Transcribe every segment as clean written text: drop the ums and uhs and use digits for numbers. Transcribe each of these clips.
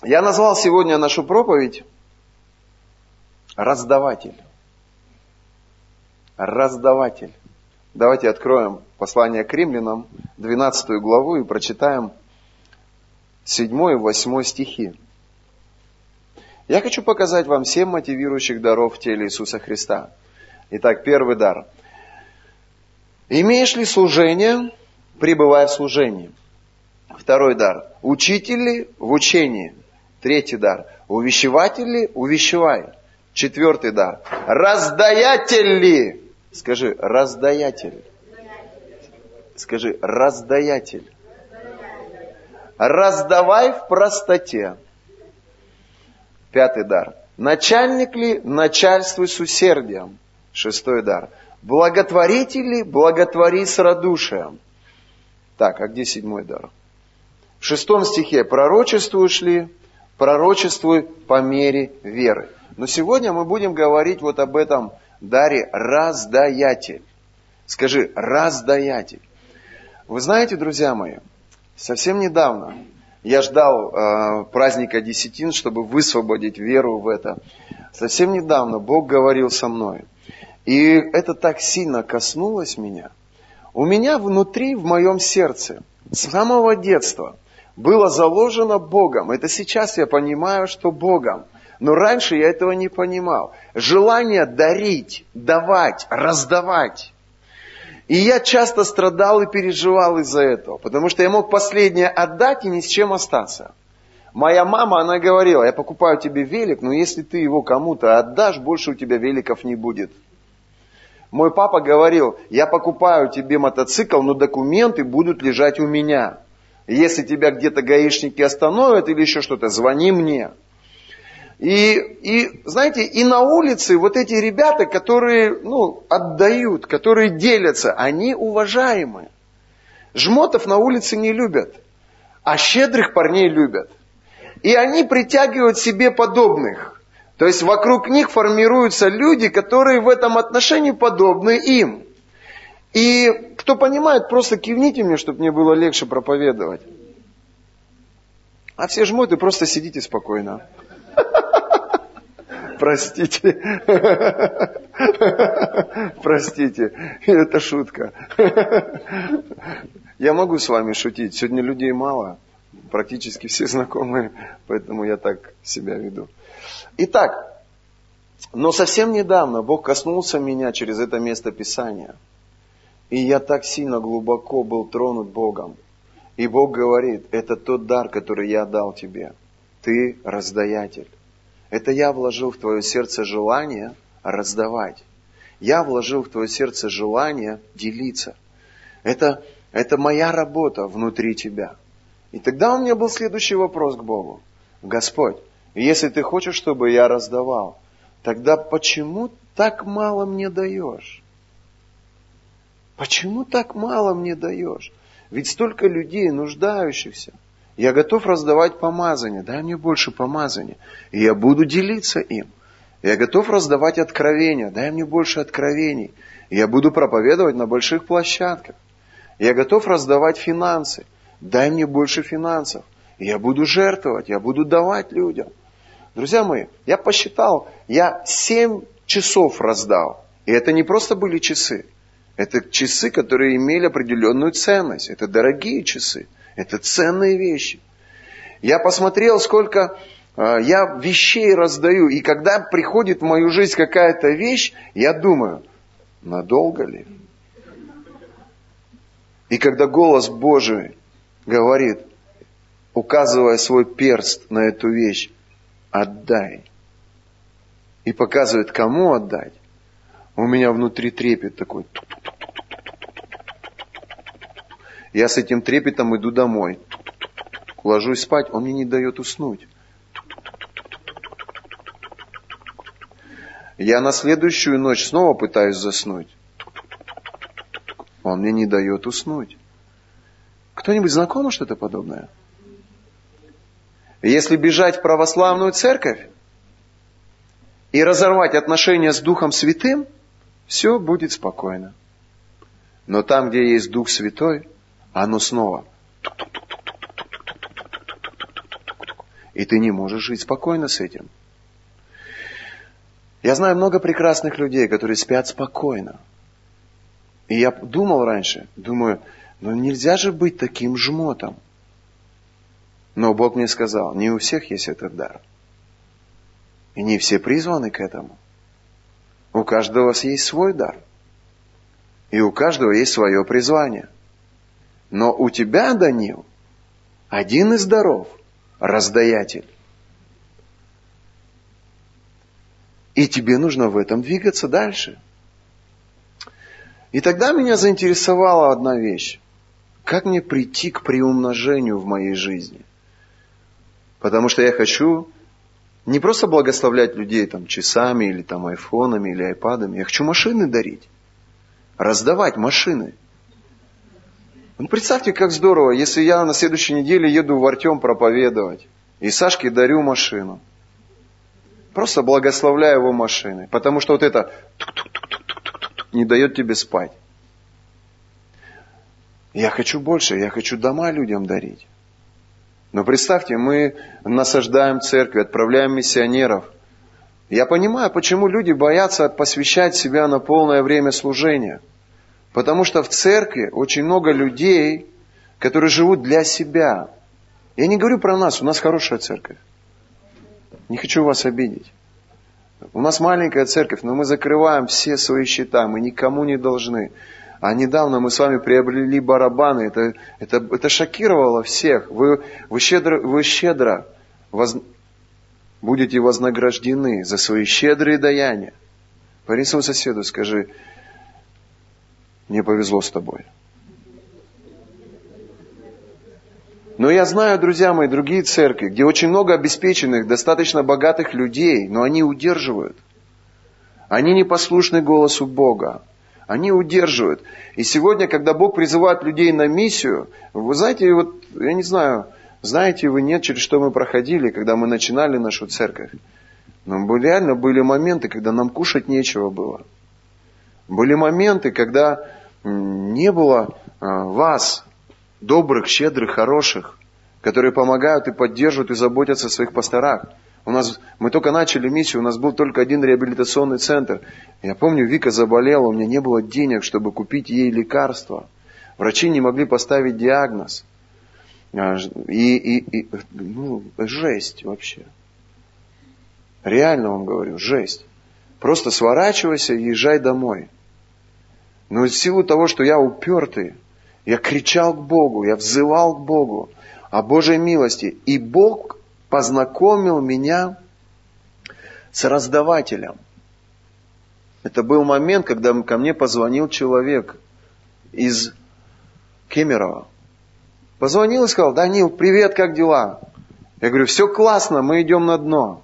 Я назвал сегодня нашу проповедь «Раздаватель». Раздаватель. Давайте откроем послание к Римлянам, 12 главу, и прочитаем 7 и 8 стихи. Я хочу показать вам 7 мотивирующих даров в теле Иисуса Христа. Итак, первый дар. Имеешь ли служение, пребывай в служении. Второй дар. Учитель ли в учении. Третий дар. Увещеватель ли, увещевай. Четвертый дар. Раздаятель ли. Скажи, раздаятель. Скажи, раздаятель. Раздавай в простоте. Пятый дар. Начальник ли, начальствуй с усердием. Шестой дар. Благотворитель ли, благотвори с радушием. Так, а где 7 дар? В 6 стихе. Пророчествуешь ли, пророчествуй по мере веры. Но сегодня мы будем говорить вот об этом даре раздаятель. Скажи, раздаятель. Вы знаете, друзья мои, совсем недавно я ждал праздника Десятин, чтобы высвободить веру в это. Совсем недавно Бог говорил со мной. И это так сильно коснулось меня. У меня внутри, в моем сердце, с самого детства было заложено Богом. Это сейчас я понимаю, что Богом. Но раньше я этого не понимал. Желание дарить, давать, раздавать. И я часто страдал и переживал из-за этого. Потому что я мог последнее отдать и ни с чем остаться. Моя мама, она говорила, я покупаю тебе велик, но если ты его кому-то отдашь, больше у тебя великов не будет. Мой папа говорил, я покупаю тебе мотоцикл, но документы будут лежать у меня. Если тебя где-то гаишники остановят или еще что-то, звони мне. И знаете, и на улице вот эти ребята, которые отдают, которые делятся, они уважаемы. Жмотов на улице не любят, а щедрых парней любят. И они притягивают себе подобных. То есть вокруг них формируются люди, которые в этом отношении подобны им. И кто понимает, просто кивните мне, чтобы мне было легче проповедовать. А все жмоты, просто сидите спокойно. Простите. Простите, это шутка. Я могу с вами шутить. Сегодня людей мало, практически все знакомые, поэтому я так себя веду. Итак, но совсем недавно Бог коснулся меня через это место Писания. И я так сильно глубоко был тронут Богом. И Бог говорит, это тот дар, который я дал тебе. Ты раздаятель. Это я вложил в твое сердце желание раздавать. Я вложил в твое сердце желание делиться. Это моя работа внутри тебя. И тогда у меня был следующий вопрос к Богу. Господь, если ты хочешь, чтобы я раздавал, тогда почему так мало мне даешь? Почему так мало мне даешь? Ведь столько людей, нуждающихся. Я готов раздавать помазание. Дай мне больше помазания. И я буду делиться им. Я готов раздавать откровения. Дай мне больше откровений. И я буду проповедовать на больших площадках. Я готов раздавать финансы. Дай мне больше финансов. И я буду жертвовать. Я буду давать людям. Друзья мои, я посчитал, я 7 часов раздал. И это не просто были часы. Это часы, которые имели определенную ценность. Это дорогие часы. Это ценные вещи. Я посмотрел, сколько я вещей раздаю. И когда приходит в мою жизнь какая-то вещь, я думаю, надолго ли? И когда голос Божий говорит, указывая свой перст на эту вещь, отдай. И показывает, кому отдать. У меня внутри трепет такой. Я с этим трепетом иду домой. Ложусь спать, он мне не дает уснуть. Я на следующую ночь снова пытаюсь заснуть. Он мне не дает уснуть. Кто-нибудь знакомо что-то подобное? Если бежать в православную церковь и разорвать отношения с Духом Святым, все будет спокойно. Но там, где есть Дух Святой, оно снова. И ты не можешь жить спокойно с этим. Я знаю много прекрасных людей, которые спят спокойно. И я думал раньше, думаю, нельзя же быть таким жмотом. Но Бог мне сказал, не у всех есть этот дар. И не все призваны к этому. У каждого есть свой дар. И у каждого есть свое призвание. Но у тебя, Даниил, один из даров – раздаятель. И тебе нужно в этом двигаться дальше. И тогда меня заинтересовала одна вещь. Как мне прийти к приумножению в моей жизни? Потому что я хочу не просто благословлять людей там, часами, или там, айфонами, или айпадами. Я хочу машины дарить. Раздавать машины. Представьте, как здорово, если я на следующей неделе еду в Артем проповедовать. И Сашке дарю машину. Просто благословляю его машиной. Потому что вот это не дает тебе спать. Я хочу больше, я хочу дома людям дарить. Но представьте, мы насаждаем церкви, отправляем миссионеров. Я понимаю, почему люди боятся посвящать себя на полное время служения. Потому что в церкви очень много людей, которые живут для себя. Я не говорю про нас, у нас хорошая церковь. Не хочу вас обидеть. У нас маленькая церковь, но мы закрываем все свои счета, мы никому не должны. А недавно мы с вами приобрели барабаны, это шокировало всех. Вы щедро будете вознаграждены за свои щедрые даяния. Парень своему соседу, скажи, мне повезло с тобой. Но я знаю, друзья мои, другие церкви, где очень много обеспеченных, достаточно богатых людей, но они удерживают. Они непослушны голосу Бога. Они удерживают. И сегодня, когда Бог призывает людей на миссию, вы знаете, вот, я не знаю, знаете вы, нет, через что мы проходили, когда мы начинали нашу церковь. Но реально были моменты, когда нам кушать нечего было. Были моменты, когда не было вас, добрых, щедрых, хороших, которые помогают и поддерживают и заботятся о своих пасторах. Мы только начали миссию, у нас был только один реабилитационный центр. Я помню, Вика заболела, у меня не было денег, чтобы купить ей лекарства. Врачи не могли поставить диагноз. Жесть вообще. Реально вам говорю, жесть. Просто сворачивайся и езжай домой. Но в силу того, что я упертый, я кричал к Богу, я взывал к Богу о Божьей милости. И Бог познакомил меня с раздавателем. Это был момент, когда ко мне позвонил человек из Кемерово. Позвонил и сказал: Данил, привет, как дела? Я говорю: все классно, мы идем на дно.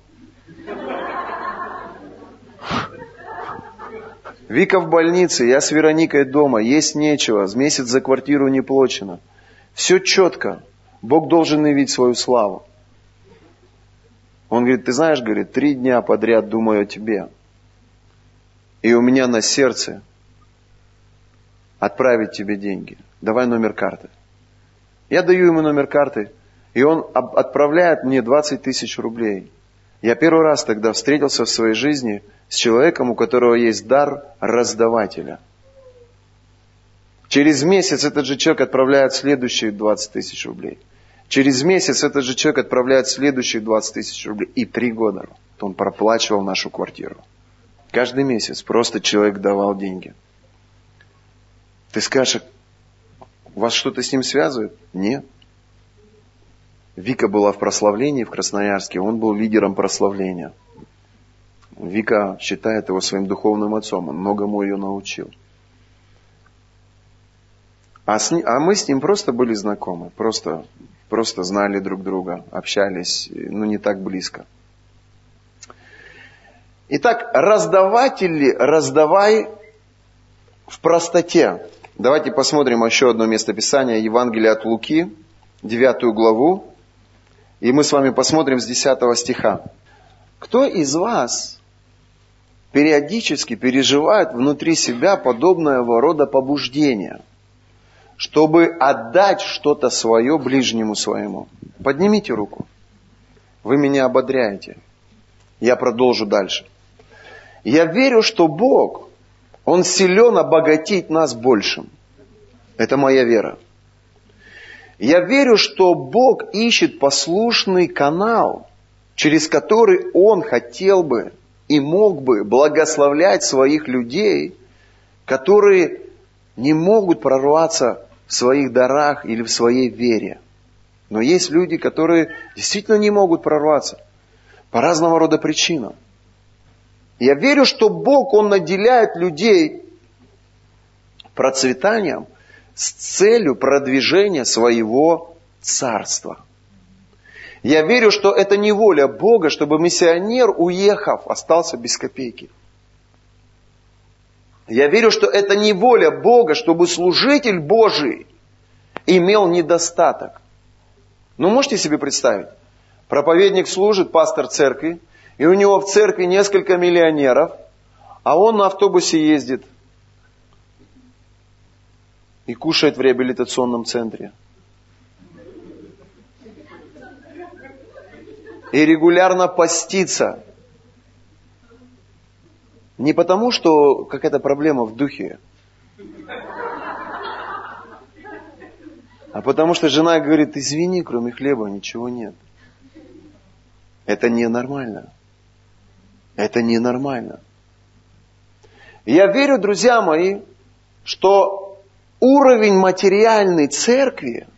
Вика в больнице, я с Вероникой дома, есть нечего, месяц за квартиру не плачено. Все четко, Бог должен явить свою славу. Он говорит: ты знаешь, говорит, 3 дня подряд думаю о тебе. И у меня на сердце отправить тебе деньги. Давай номер карты. Я даю ему номер карты, и он отправляет мне 20 тысяч рублей. Я первый раз тогда встретился в своей жизни с человеком, у которого есть дар раздавателя. Через месяц этот же человек отправляет следующие 20 тысяч рублей. Через месяц этот же человек отправляет следующие 20 тысяч рублей. И 3 года он проплачивал нашу квартиру. Каждый месяц просто человек давал деньги. Ты скажешь: вас что-то с ним связывает? Нет. Вика была в прославлении в Красноярске, он был лидером прославления. Вика считает его своим духовным отцом, он многому ее научил. А мы с ним просто были знакомы, просто знали друг друга, общались, не так близко. Итак, раздаватели, раздавай в простоте. Давайте посмотрим еще одно местописание, Евангелие от Луки, 9 главу. И мы с вами посмотрим с 10 стиха. Кто из вас периодически переживает внутри себя подобного рода побуждение, чтобы отдать что-то свое ближнему своему? Поднимите руку. Вы меня ободряете. Я продолжу дальше. Я верю, что Бог, Он силен обогатить нас большим. Это моя вера. Я верю, что Бог ищет послушный канал, через который Он хотел бы и мог бы благословлять своих людей, которые не могут прорваться в своих дарах или в своей вере. Но есть люди, которые действительно не могут прорваться по разного рода причинам. Я верю, что Бог, Он наделяет людей процветанием с целью продвижения своего царства. Я верю, что это не воля Бога, чтобы миссионер, уехав, остался без копейки. Я верю, что это не воля Бога, чтобы служитель Божий имел недостаток. Ну, можете себе представить? Проповедник служит, пастор церкви, и у него в церкви несколько миллионеров, а он на автобусе ездит и кушает в реабилитационном центре. И регулярно постится. Не потому, что какая-то проблема в духе, а потому что жена говорит: извини, кроме хлеба ничего нет. Это ненормально. Это ненормально. Я верю, друзья мои, что уровень материальной церкви,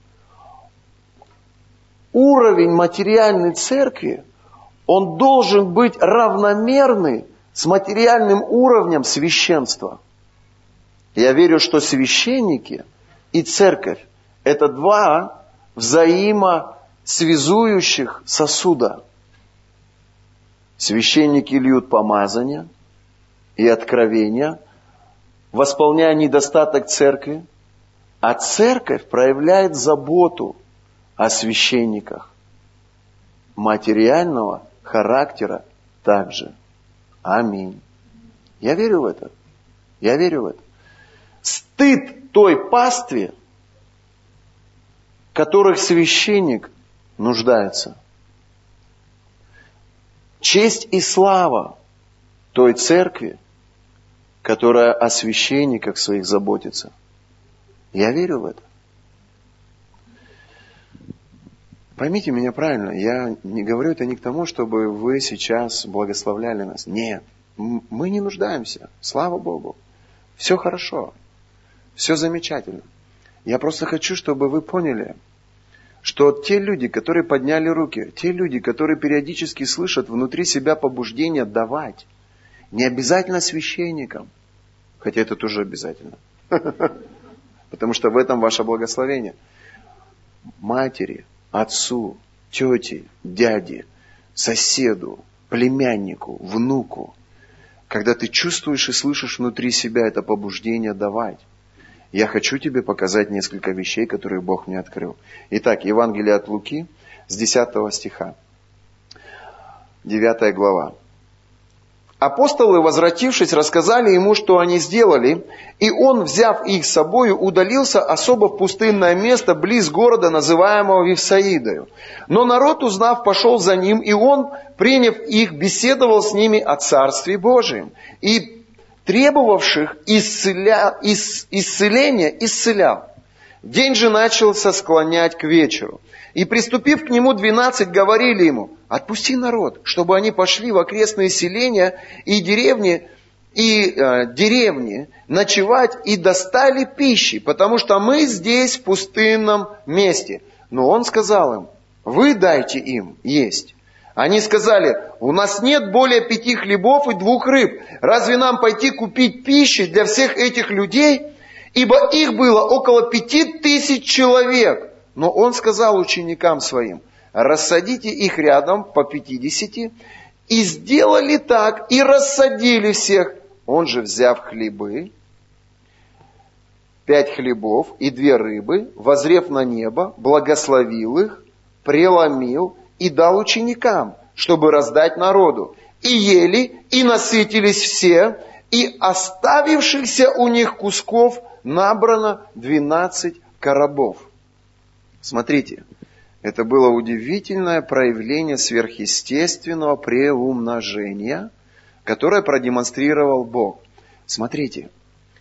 он должен быть равномерный с материальным уровнем священства. Я верю, что священники и церковь – это два взаимосвязующих сосуда. Священники льют помазания и откровения, восполняя недостаток церкви, а церковь проявляет заботу о священниках материального характера также. Аминь. Я верю в это. Я верю в это. Стыд той пастве, в которых священник нуждается. Честь и слава той церкви, которая о священниках своих заботится. Я верю в это. Поймите меня правильно, я не говорю это не к тому, чтобы вы сейчас благословляли нас. Нет, мы не нуждаемся, слава Богу. Все хорошо, все замечательно. Я просто хочу, чтобы вы поняли, что те люди, которые подняли руки, те люди, которые периодически слышат внутри себя побуждение давать, не обязательно священникам, хотя это тоже обязательно, потому что в этом ваше благословение. Матери, отцу, тете, дяде, соседу, племяннику, внуку. Когда ты чувствуешь и слышишь внутри себя это побуждение давать. Я хочу тебе показать несколько вещей, которые Бог мне открыл. Итак, Евангелие от Луки с 10 стиха. 9 глава. Апостолы, возвратившись, рассказали ему, что они сделали, и он, взяв их с собою, удалился особо в пустынное место близ города, называемого Вифсаидою. Но народ, узнав, пошел за ним, и он, приняв их, беседовал с ними о Царстве Божием. И требовавших исцеления исцелял. День же начался склонять к вечеру. И, приступив к нему 12, говорили ему: отпусти народ, чтобы они пошли в окрестные селения и деревни, ночевать и достали пищи, потому что мы здесь в пустынном месте. Но он сказал им: вы дайте им есть. Они сказали: у нас нет более 5 хлебов и 2 рыб. Разве нам пойти купить пищи для всех этих людей? Ибо их было около 5000 человек. Но он сказал ученикам своим: рассадите их рядом по 50. И сделали так, и рассадили всех. Он же, взяв хлебы, 5 хлебов и 2 рыбы, воззрев на небо, благословил их, преломил и дал ученикам, чтобы раздать народу. И ели, и насытились все, и оставившихся у них кусков набрано 12 коробов. Смотрите, Это было удивительное проявление сверхъестественного преумножения, которое продемонстрировал Бог. Смотрите,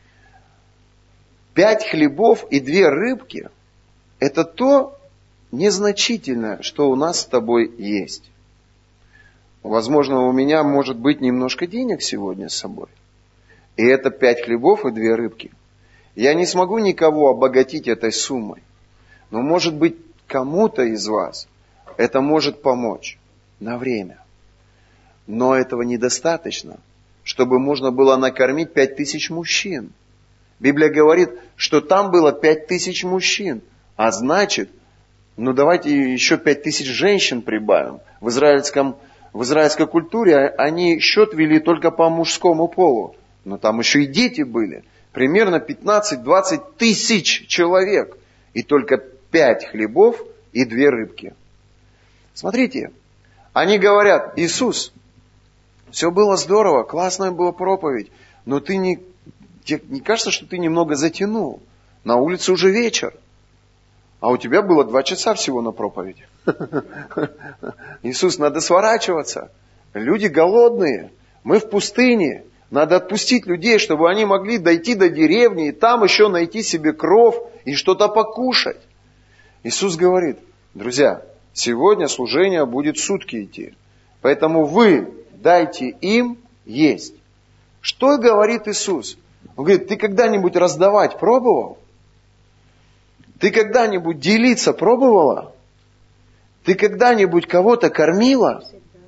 5 хлебов и 2 рыбки – это то незначительное, что у нас с тобой есть. Возможно, у меня может быть немножко денег сегодня с собой. И это 5 хлебов и 2 рыбки. Я не смогу никого обогатить этой суммой. Но, может быть, кому-то из вас это может помочь на время. Но этого недостаточно, чтобы можно было накормить 5000 мужчин. Библия говорит, что там было 5000 мужчин. А значит, давайте еще 5000 женщин прибавим. В израильской культуре они счет вели только по мужскому полу. Но там еще и дети были. Примерно 15-20 тысяч человек. И только 5 хлебов и 2 рыбки. Смотрите, они говорят: Иисус, все было здорово, классная была проповедь, но тебе не кажется, что ты немного затянул? На улице уже вечер, а у тебя было 2 часа всего на проповедь. Иисус, надо сворачиваться. Люди голодные, мы в пустыне. Надо отпустить людей, чтобы они могли дойти до деревни и там еще найти себе кров и что-то покушать. Иисус говорит: друзья, сегодня служение будет сутки идти, поэтому вы дайте им есть. Что говорит Иисус? Он говорит: ты когда-нибудь раздавать пробовал? Ты когда-нибудь делиться пробовала? Ты когда-нибудь кого-то кормила?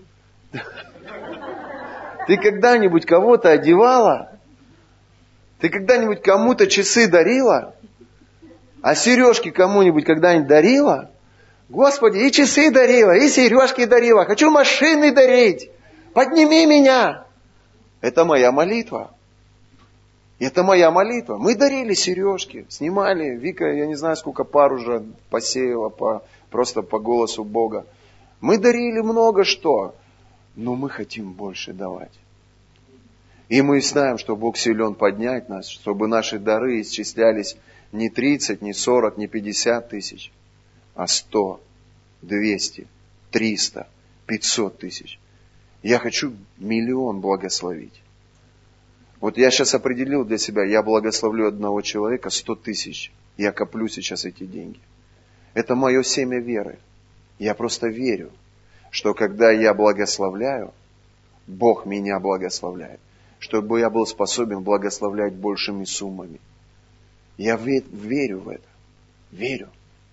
Ты когда-нибудь кого-то одевала? Ты когда-нибудь кому-то часы дарила? А сережки кому-нибудь когда-нибудь дарила? Господи, и часы дарила, и сережки дарила. Хочу машины дарить. Подними меня. Это моя молитва. Это моя молитва. Мы дарили сережки, снимали. Вика, я не знаю, сколько пар уже посеяла просто по голосу Бога. Мы дарили много что. Но мы хотим больше давать. И мы знаем, что Бог силен поднять нас, чтобы наши дары исчислялись не 30, не 40, не 50 тысяч, а 100, 200, 300, 500 тысяч. Я хочу 1 миллион благословить. Вот я сейчас определил для себя, я благословлю одного человека 100 тысяч. Я коплю сейчас эти деньги. Это мое семя веры. Я просто верю, что когда я благословляю, Бог меня благословляет, чтобы я был способен благословлять большими суммами. Я верю в это. Верю.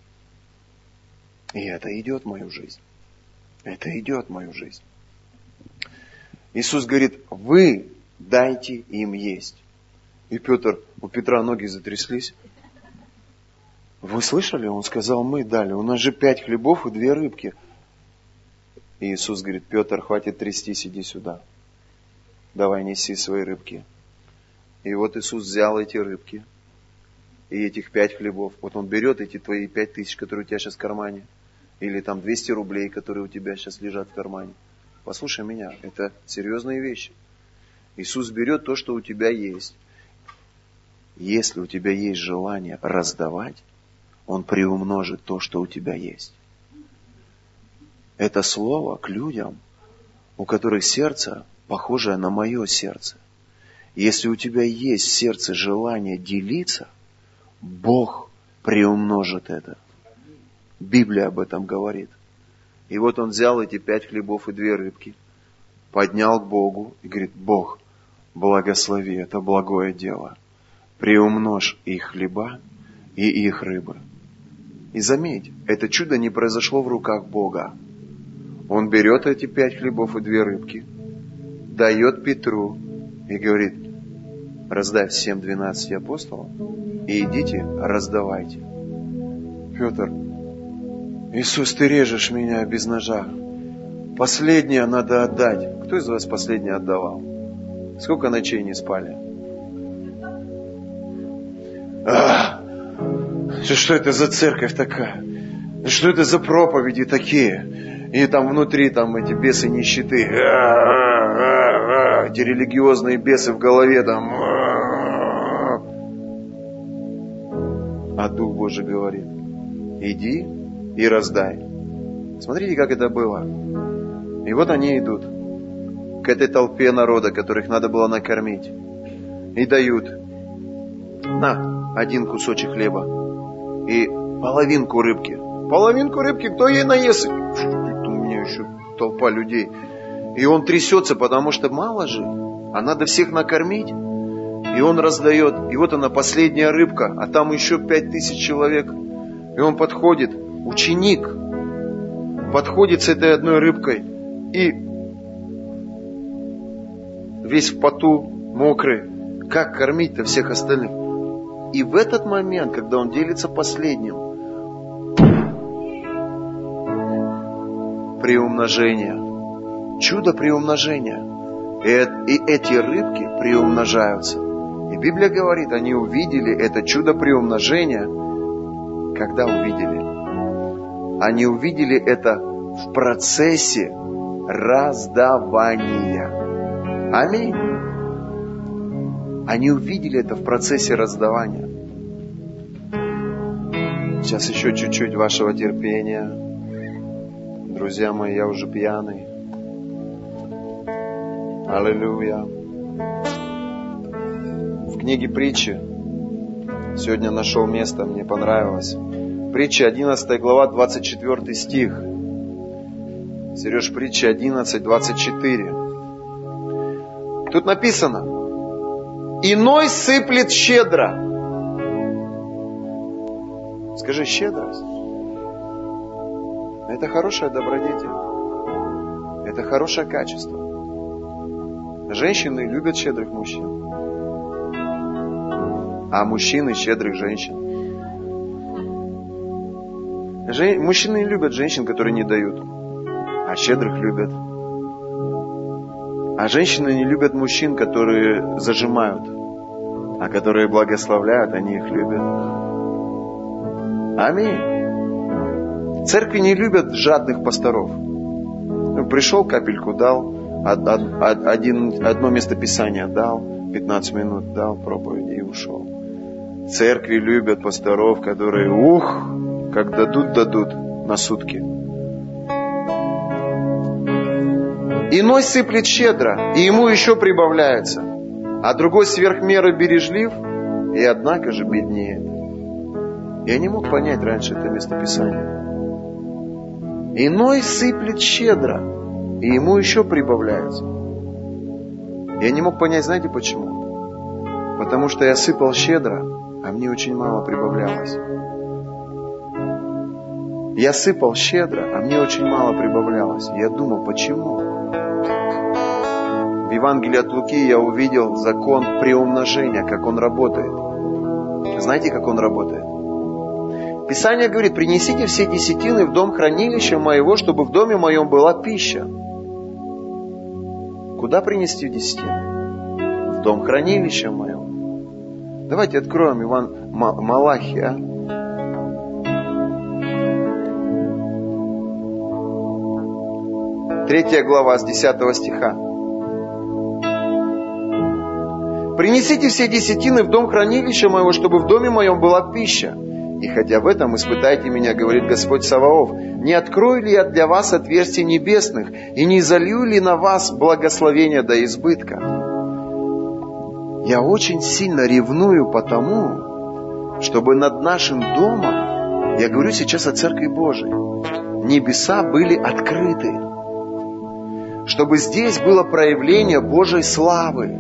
И это идет в мою жизнь. Это идет в мою жизнь. Иисус говорит: вы дайте им есть. И у Петра ноги затряслись. Вы слышали? Он сказал: мы дали. У нас же 5 хлебов и 2 рыбки. И Иисус говорит: Петр, хватит трястись, иди сюда. Давай неси свои рыбки. И вот Иисус взял эти рыбки и этих 5 хлебов. Вот Он берет эти твои 5000, которые у тебя сейчас в кармане. Или там 200 рублей, которые у тебя сейчас лежат в кармане. Послушай меня, это серьезные вещи. Иисус берет то, что у тебя есть. Если у тебя есть желание раздавать, Он приумножит то, что у тебя есть. Это слово к людям, у которых сердце похожее на мое сердце. Если у тебя есть в сердце желание делиться, Бог приумножит это. Библия об этом говорит. И вот он взял эти 5 хлебов и 2 рыбки, поднял к Богу и говорит: Бог, благослови это благое дело. Приумножь их хлеба и их рыбы. И заметь, это чудо не произошло в руках Бога. Он берет эти 5 хлебов и 2 рыбки, дает Петру и говорит: раздай всем 12 апостолам и идите, раздавайте. Петр: Иисус, ты режешь меня без ножа. Последнее надо отдать. Кто из вас последнее отдавал? Сколько ночей не спали? Что это за церковь такая? Что это за проповеди такие? И там внутри там эти бесы нищеты. Эти религиозные бесы в голове там. А Дух Божий говорит: иди и раздай. Смотрите, как это было. И вот они идут к этой толпе народа, которых надо было накормить. И дают: на, 1 кусочек хлеба и половинку рыбки. Половинку рыбки, кто ей наестся? У меня еще толпа людей. И он трясется, потому что мало же, а надо всех накормить. И он раздает. И вот она, последняя рыбка, а там еще 5000 человек. И он подходит, ученик, подходит с этой одной рыбкой. И весь в поту, мокрый. Как кормить-то всех остальных? И в этот момент, когда он делится последним, приумножение. Чудо приумножения. И эти рыбки приумножаются. И Библия говорит, они увидели это чудо приумножения. Когда увидели? Они увидели это в процессе раздавания. Аминь. Они увидели это в процессе раздавания. Сейчас еще чуть-чуть вашего терпения. Друзья мои, я уже пьяный. Аллилуйя. В книге Притчи сегодня нашел место, мне понравилось. Притча 11 глава, 24 стих. Сереж, Притча 11, 24. Тут написано: иной сыплет щедро. Скажи, щедрость. Это хорошая добродетель. Это хорошее качество. Женщины любят щедрых мужчин. А мужчины щедрых женщин. Мужчины любят женщин, которые не дают. А щедрых любят. А женщины не любят мужчин, которые зажимают. А которые благословляют, они их любят. Аминь. Церкви не любят жадных пасторов. Пришел, капельку дал, одно местописание дал, 15 минут дал проповеди и ушел. Церкви любят пасторов, которые, как дадут на сутки. Иной сыплет щедро, и ему еще прибавляется, а другой сверх меры бережлив, и однако же беднеет. Я не мог понять раньше это местописание. Иной сыплет щедро, и ему еще прибавляется. Я не мог понять, знаете почему? Потому что я сыпал щедро, а мне очень мало прибавлялось. Я сыпал щедро, а мне очень мало прибавлялось. Я думал, почему? В Евангелии от Луки я увидел закон приумножения, как он работает. Знаете, как он работает? Писание говорит: принесите все десятины в дом хранилища моего, чтобы в доме моем была пища. Куда принести десятины? В дом хранилища моем. Давайте откроем Малахия. 3 глава с 10 стиха. Принесите все десятины в дом хранилища моего, чтобы в доме моем была пища. И хотя в этом испытайте меня, говорит Господь Саваоф, не открою ли я для вас отверстий небесных, и не изолью ли на вас благословения до избытка? Я очень сильно ревную потому, чтобы над нашим домом, я говорю сейчас о Церкви Божией, небеса были открыты. Чтобы здесь было проявление Божьей славы.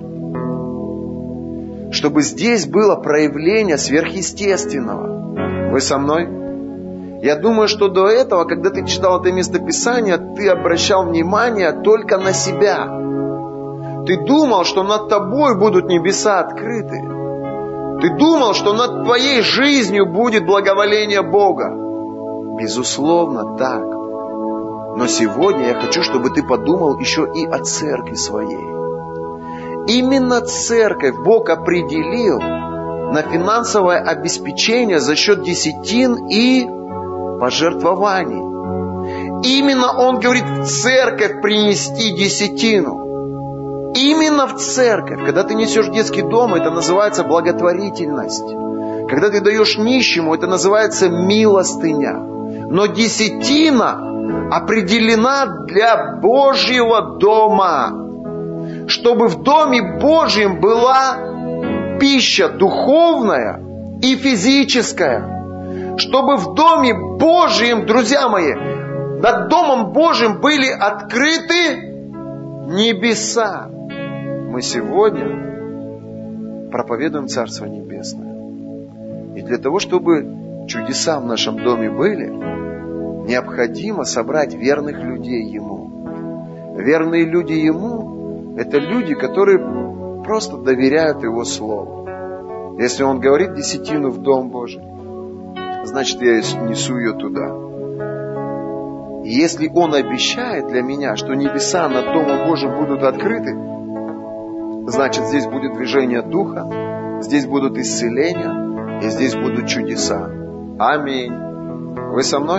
Чтобы здесь было проявление сверхъестественного. Вы со мной? Я думаю, что до этого, когда ты читал это местописание, ты обращал внимание только на себя. Ты думал, что над тобой будут небеса открыты. Ты думал, что над твоей жизнью будет благоволение Бога. Безусловно, так. Но сегодня я хочу, чтобы ты подумал еще и о церкви своей. Именно церковь Бог определил на финансовое обеспечение за счет десятин и пожертвований. Именно Он говорит в церковь принести десятину. Именно в церковь. Когда ты несешь детский дом, это называется благотворительность. Когда ты даешь нищему, это называется милостыня. Но десятина определена для Божьего дома, чтобы в Доме Божьем была пища духовная и физическая, чтобы в Доме Божьем, друзья мои, над Домом Божьим были открыты небеса. Мы сегодня проповедуем Царство Небесное. И для того, чтобы чудеса в нашем доме были, необходимо собрать верных людей Ему. Верные люди Ему – это люди, которые просто доверяют Его Слову. Если Он говорит десятину в Дом Божий, значит, я несу ее туда. И если Он обещает для меня, что небеса над Домом Божьим будут открыты, значит, здесь будет движение Духа, здесь будут исцеления, и здесь будут чудеса. Аминь. Вы со мной?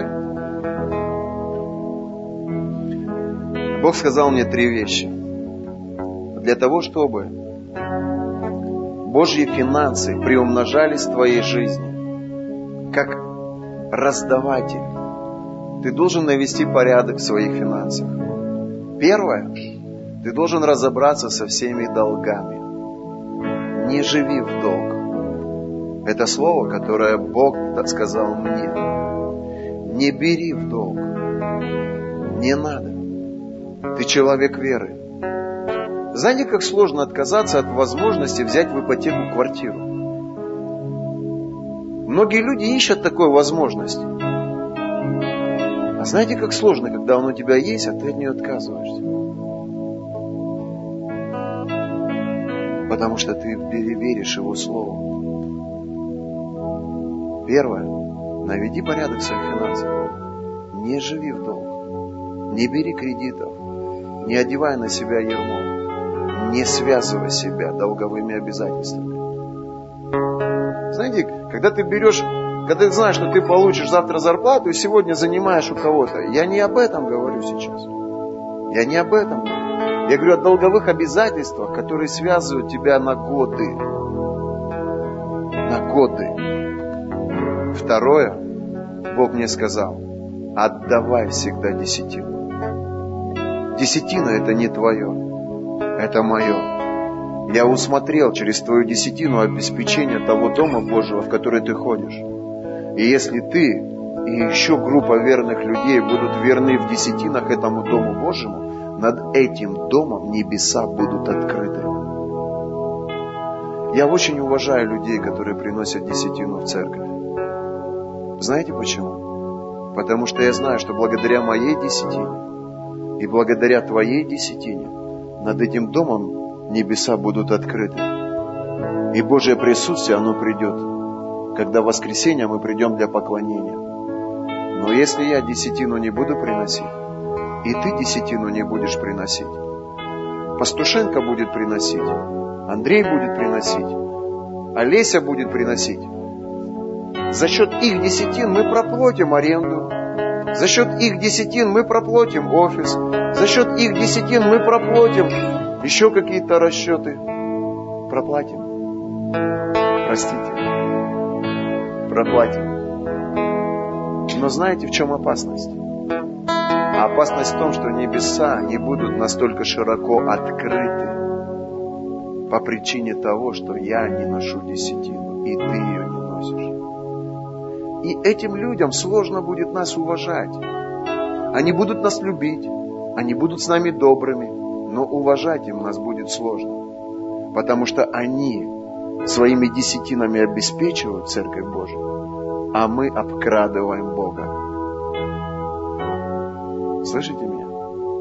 Бог сказал мне 3 вещи. Для того, чтобы Божьи финансы приумножались в твоей жизни, как раздаватель, ты должен навести порядок в своих финансах. Первое, ты должен разобраться со всеми долгами. Не живи в долг. Это слово, которое Бог сказал мне. Не бери в долг. Не надо. Ты человек веры. Знаете, как сложно отказаться от возможности взять в ипотеку квартиру? Многие люди ищут такой возможности. А знаете, как сложно, когда она у тебя есть, а ты от нее отказываешься? Потому что ты веришь Его Слову. Первое. Наведи порядок в своих финансах. Не живи в долг. Не бери кредитов. Не одевай на себя ярмо. Не связывай себя долговыми обязательствами. Знаете, когда ты знаешь, что ты получишь завтра зарплату и сегодня занимаешь у кого-то, я не об этом говорю сейчас. Я не об этом говорю. Я говорю о долговых обязательствах, которые связывают тебя на годы. На годы. Второе, Бог мне сказал, отдавай всегда десятину. Десятина это не твое, это мое. Я усмотрел через твою десятину обеспечение того Дома Божьего, в который ты ходишь. И если ты и еще группа верных людей будут верны в десятинах этому Дому Божьему, над этим домом небеса будут открыты. Я очень уважаю людей, которые приносят десятину в церковь. Знаете почему? Потому что я знаю, что благодаря моей десятине и благодаря твоей десятине над этим домом небеса будут открыты. И Божье присутствие, оно придет, когда в воскресенье мы придем для поклонения. Но если я десятину не буду приносить, и ты десятину не будешь приносить, Пастушенко будет приносить, Андрей будет приносить, Олеся будет приносить, за счет их десятин мы проплатим аренду, за счет их десятин мы проплатим офис, за счет их десятин мы проплатим еще какие-то расчеты. Проплатим. Простите. Проплатим. Но знаете, в чем опасность? А опасность в том, что небеса не будут настолько широко открыты по причине того, что я не ношу десятину, и ты ее не носишь. И этим людям сложно будет нас уважать. Они будут нас любить, они будут с нами добрыми, но уважать им нас будет сложно, потому что они своими десятинами обеспечивают Церковь Божию, а мы обкрадываем Бога. Слышите меня?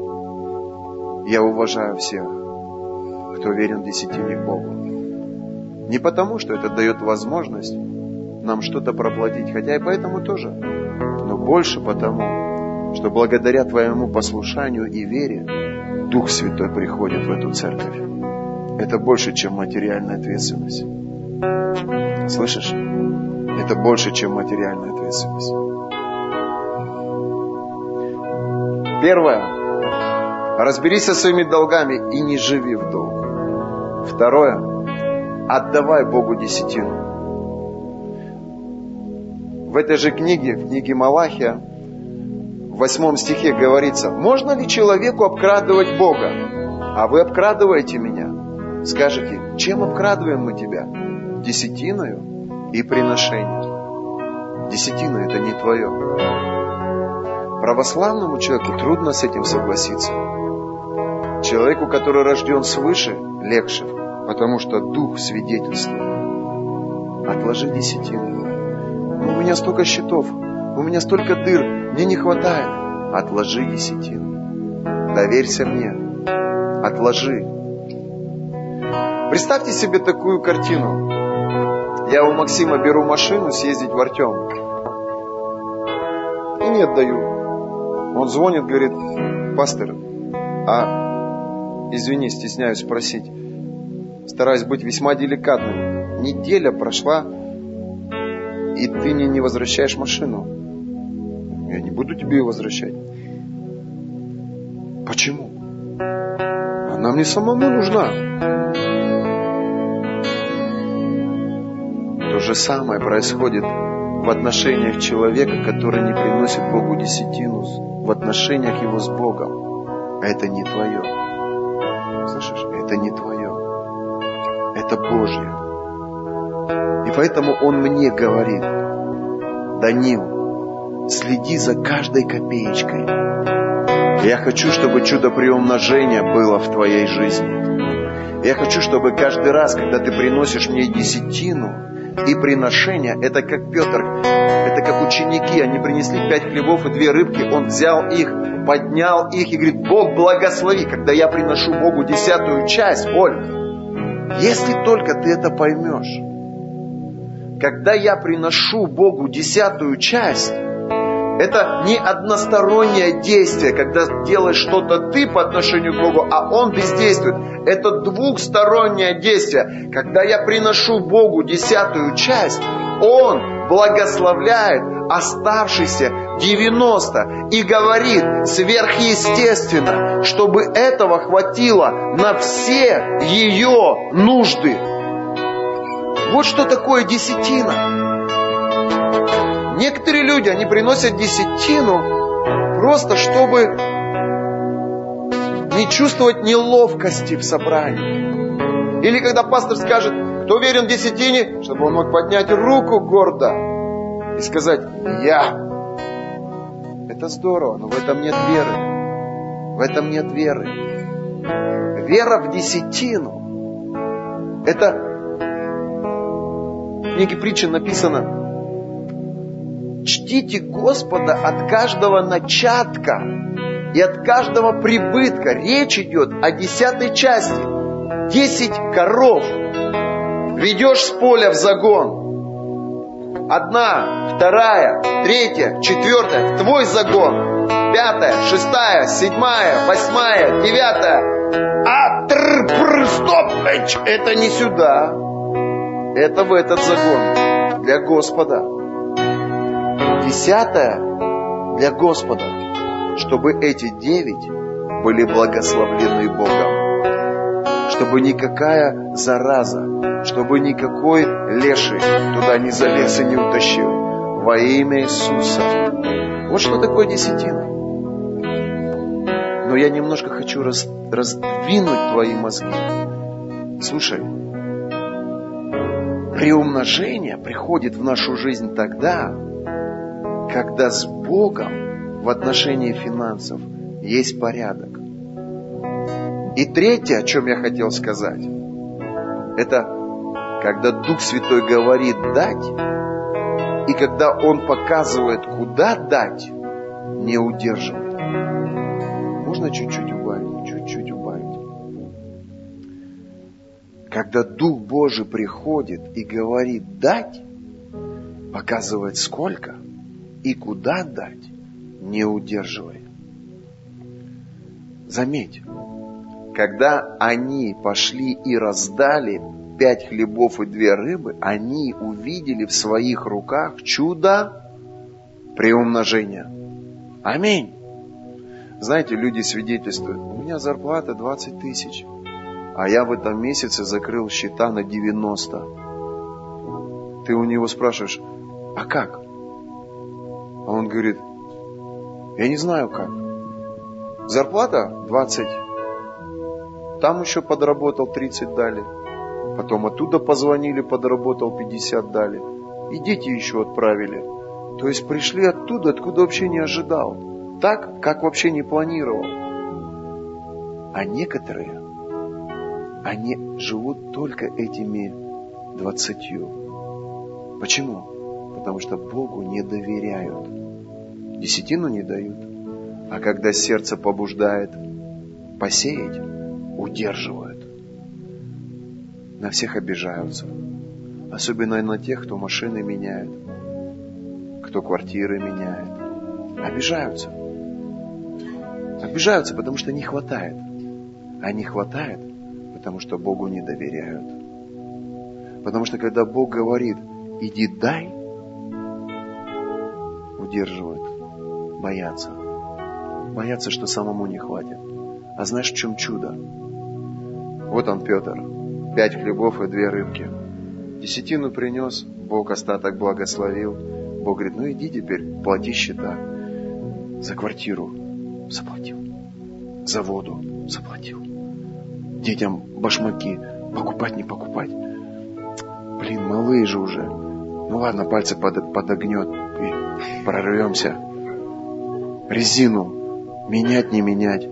Я уважаю всех, кто верен десятине Богу. Не потому, что это дает возможность нам что-то проплатить, хотя и поэтому тоже, но больше потому, что благодаря твоему послушанию и вере Дух Святой приходит в эту церковь. Это больше, чем материальная ответственность. Слышишь? Это больше, чем материальная ответственность. Первое. Разберись со своими долгами и не живи в долг. Второе. Отдавай Богу десятину. В этой же книге, в книге Малахия, в 8 стихе говорится: можно ли человеку обкрадывать Бога? А вы обкрадываете меня. Скажете: чем обкрадываем мы тебя? Десятиною и приношением. Десятина — это не твое. Православному человеку трудно с этим согласиться. Человеку, который рожден свыше, легче, потому что Дух свидетельствует. Отложи десятину. У меня столько счетов, у меня столько дыр, мне не хватает. Отложи десятину. Доверься мне. Отложи. Представьте себе такую картину. Я у Максима беру машину съездить в Артем. И не отдаю. Он звонит, говорит: пастор, извини, стесняюсь спросить. Стараюсь быть весьма деликатным. Неделя прошла, и ты мне не возвращаешь машину. Я не буду тебе ее возвращать. Почему? Она мне самому нужна. То же самое происходит в отношениях человека, который не приносит Богу десятину, в отношениях его с Богом. Это не твое. Слышишь? Это не твое. Это Божье. И поэтому он мне говорит: Данил, следи за каждой копеечкой. Я хочу, чтобы чудо приумножения было в твоей жизни. Я хочу, чтобы каждый раз, когда ты приносишь мне десятину и приношение, это как Петр, это как ученики, они принесли 5 хлебов и 2 рыбки, он взял их, поднял их и говорит: Бог благослови. Когда я приношу Богу 10-ю часть, Оль, если только ты это поймешь, когда я приношу Богу 10-ю часть, это не одностороннее действие, когда делаешь что-то ты по отношению к Богу, а Он бездействует. Это двухстороннее действие. Когда я приношу Богу 10-ю часть, Он благословляет оставшиеся 90 и говорит сверхъестественно, чтобы этого хватило на все ее нужды. Вот что такое десятина. Некоторые люди, они приносят десятину просто, чтобы не чувствовать неловкости в собрании. Или когда пастор скажет: кто верен в десятине, чтобы он мог поднять руку гордо и сказать: я. Это здорово, но в этом нет веры. В этом нет веры. Вера в десятину. Это в книге Притчи написано: чтите Господа от каждого начатка и от каждого прибытка. Речь идет о 10-й части. 10 коров ведешь с поля в загон. 1, 2, 3, 4 в твой загон. 5, 6, 7, 8, 9. Стоп! Это не сюда. Это в этот загон. Для Господа. 10 для Господа, чтобы эти 9 были благословлены Богом, чтобы никакая зараза, чтобы никакой леший туда не залез и не утащил. Во имя Иисуса. Вот что такое десятина. Но я немножко хочу раздвинуть твои мозги. Слушай, приумножение приходит в нашу жизнь тогда, когда с Богом в отношении финансов есть порядок. И третье, о чем я хотел сказать, это когда Дух Святой говорит дать, и когда Он показывает, куда дать, не удерживает. Можно чуть-чуть убавить? Чуть-чуть убавить. Когда Дух Божий приходит и говорит дать, показывает сколько и куда дать, не удерживая. Заметь, когда они пошли и раздали 5 хлебов и 2 рыбы, они увидели в своих руках чудо приумножения. Аминь. Знаете, люди свидетельствуют: у меня зарплата 20 тысяч, а я в этом месяце закрыл счета на 90. Ты у него спрашиваешь: а как? А он говорит: Я не знаю как. Зарплата 20. Там еще подработал, 30 дали. Потом оттуда позвонили, подработал, 50 дали. И дети еще отправили. То есть пришли оттуда, откуда вообще не ожидал. Так, как вообще не планировал. А некоторые, они живут только этими 20. Почему? Потому что Богу не доверяют. Десятину не дают. А когда сердце побуждает посеять, удерживают. На всех обижаются. Особенно на тех, кто машины меняет, кто квартиры меняет. Обижаются. Обижаются, потому что не хватает. А не хватает, потому что Богу не доверяют. Потому что когда Бог говорит, иди дай, удерживают. Боятся. Боятся, что самому не хватит. А знаешь, в чем чудо? Вот он, Петр. 5 хлебов и 2 рыбки. Десятину принес, Бог остаток благословил. Бог говорит, ну иди теперь, плати счета. За квартиру заплатил. За воду заплатил. Детям башмаки покупать, не покупать. Блин, малые же уже. Ну ладно, пальцы подогнет и прорвемся. Резину менять, не менять.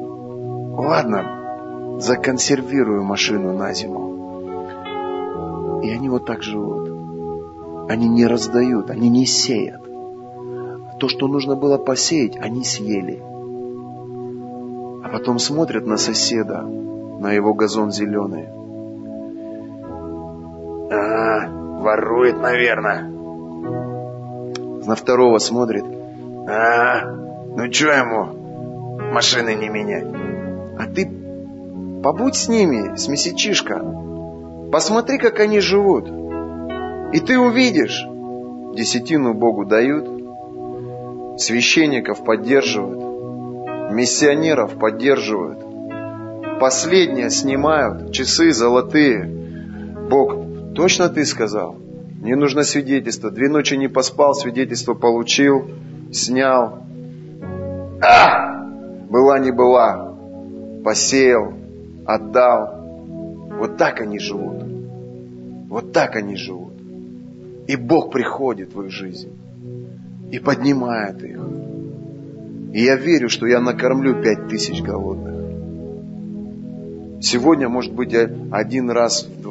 Ладно, законсервирую машину на зиму. И они вот так живут. Они не раздают, они не сеят. То, что нужно было посеять, они съели. А потом смотрят на соседа, на его газон зеленый. Ворует, наверное. На второго смотрит. Ну что ему машины не менять? А ты побудь с ними, с месячишка. Посмотри, как они живут. И ты увидишь. Десятину Богу дают. Священников поддерживают. Миссионеров поддерживают. Последнее снимают. Часы золотые. Бог, точно ты сказал? Мне нужно свидетельство. 2 ночи не поспал, свидетельство получил. Снял. Была не была. Посеял. Отдал. Вот так они живут. Вот так они живут. И Бог приходит в их жизнь. И поднимает их. И я верю, что я накормлю 5000 голодных. Сегодня, может быть, один раз в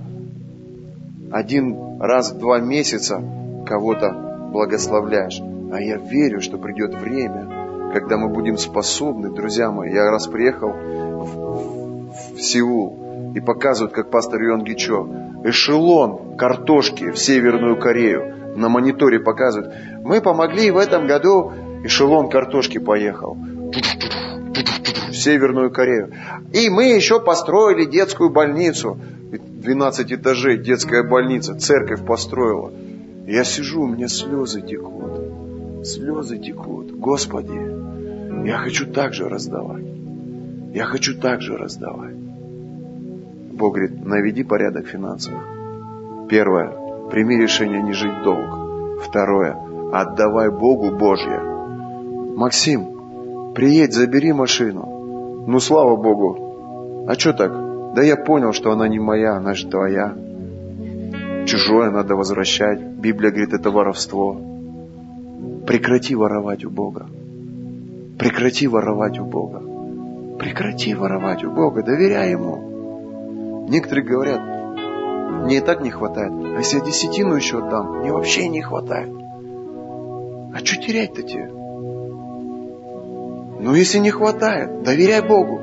2 месяца кого-то благословляешь. А я верю, что придет время, когда мы будем способны, друзья мои. Я раз приехал в Сеул, и показывают, как пастор Йон Гичо, эшелон картошки в Северную Корею на мониторе показывают. Мы помогли, в этом году эшелон картошки поехал в Северную Корею. И мы еще построили детскую больницу. 12 этажей, детская больница, церковь построила. Я сижу, у меня слезы текут. Слезы текут. Господи, я хочу так же раздавать. Я хочу так же раздавать. Бог говорит, наведи порядок финансовых. Первое, прими решение не жить в долг. Второе, отдавай Богу Божье. Максим, приедь, забери машину. Ну, слава Богу. А что так? Да я понял, что она не моя, она же твоя. Чужое надо возвращать. Библия говорит, это воровство. Прекрати воровать у Бога. Прекрати воровать у Бога. Прекрати воровать у Бога. Доверяй Ему. Некоторые говорят, мне и так не хватает. А если я десятину еще отдам, мне вообще не хватает. А что терять-то тебе? Ну, если не хватает, доверяй Богу.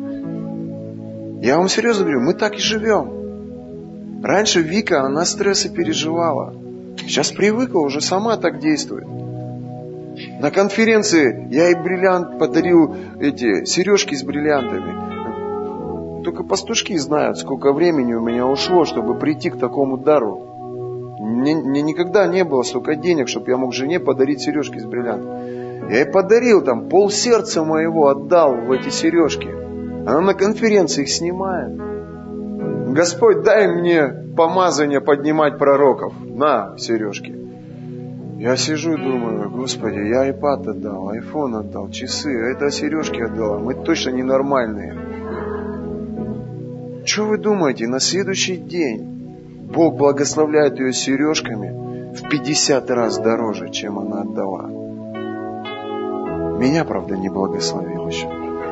Я вам серьезно говорю, мы так и живем. Раньше Вика, она стрессы переживала. Сейчас привыкла, уже сама так действует. На конференции я ей бриллиант подарил, эти сережки с бриллиантами. Только пастушки знают, сколько времени у меня ушло, чтобы прийти к такому дару. Мне никогда не было столько денег, чтобы я мог жене подарить сережки с бриллиантом. Я ей подарил, там, полсердца моего отдал в эти сережки. Она на конференции их снимает. Господь, дай мне помазание поднимать пророков. На, сережки. Я сижу и думаю, Господи, я iPad отдал, iPhone отдал, часы, а это сережки отдала. Мы точно ненормальные. Что вы думаете, на следующий день Бог благословляет ее сережками в 50 раз дороже, чем она отдала. Меня, правда, не благословил еще.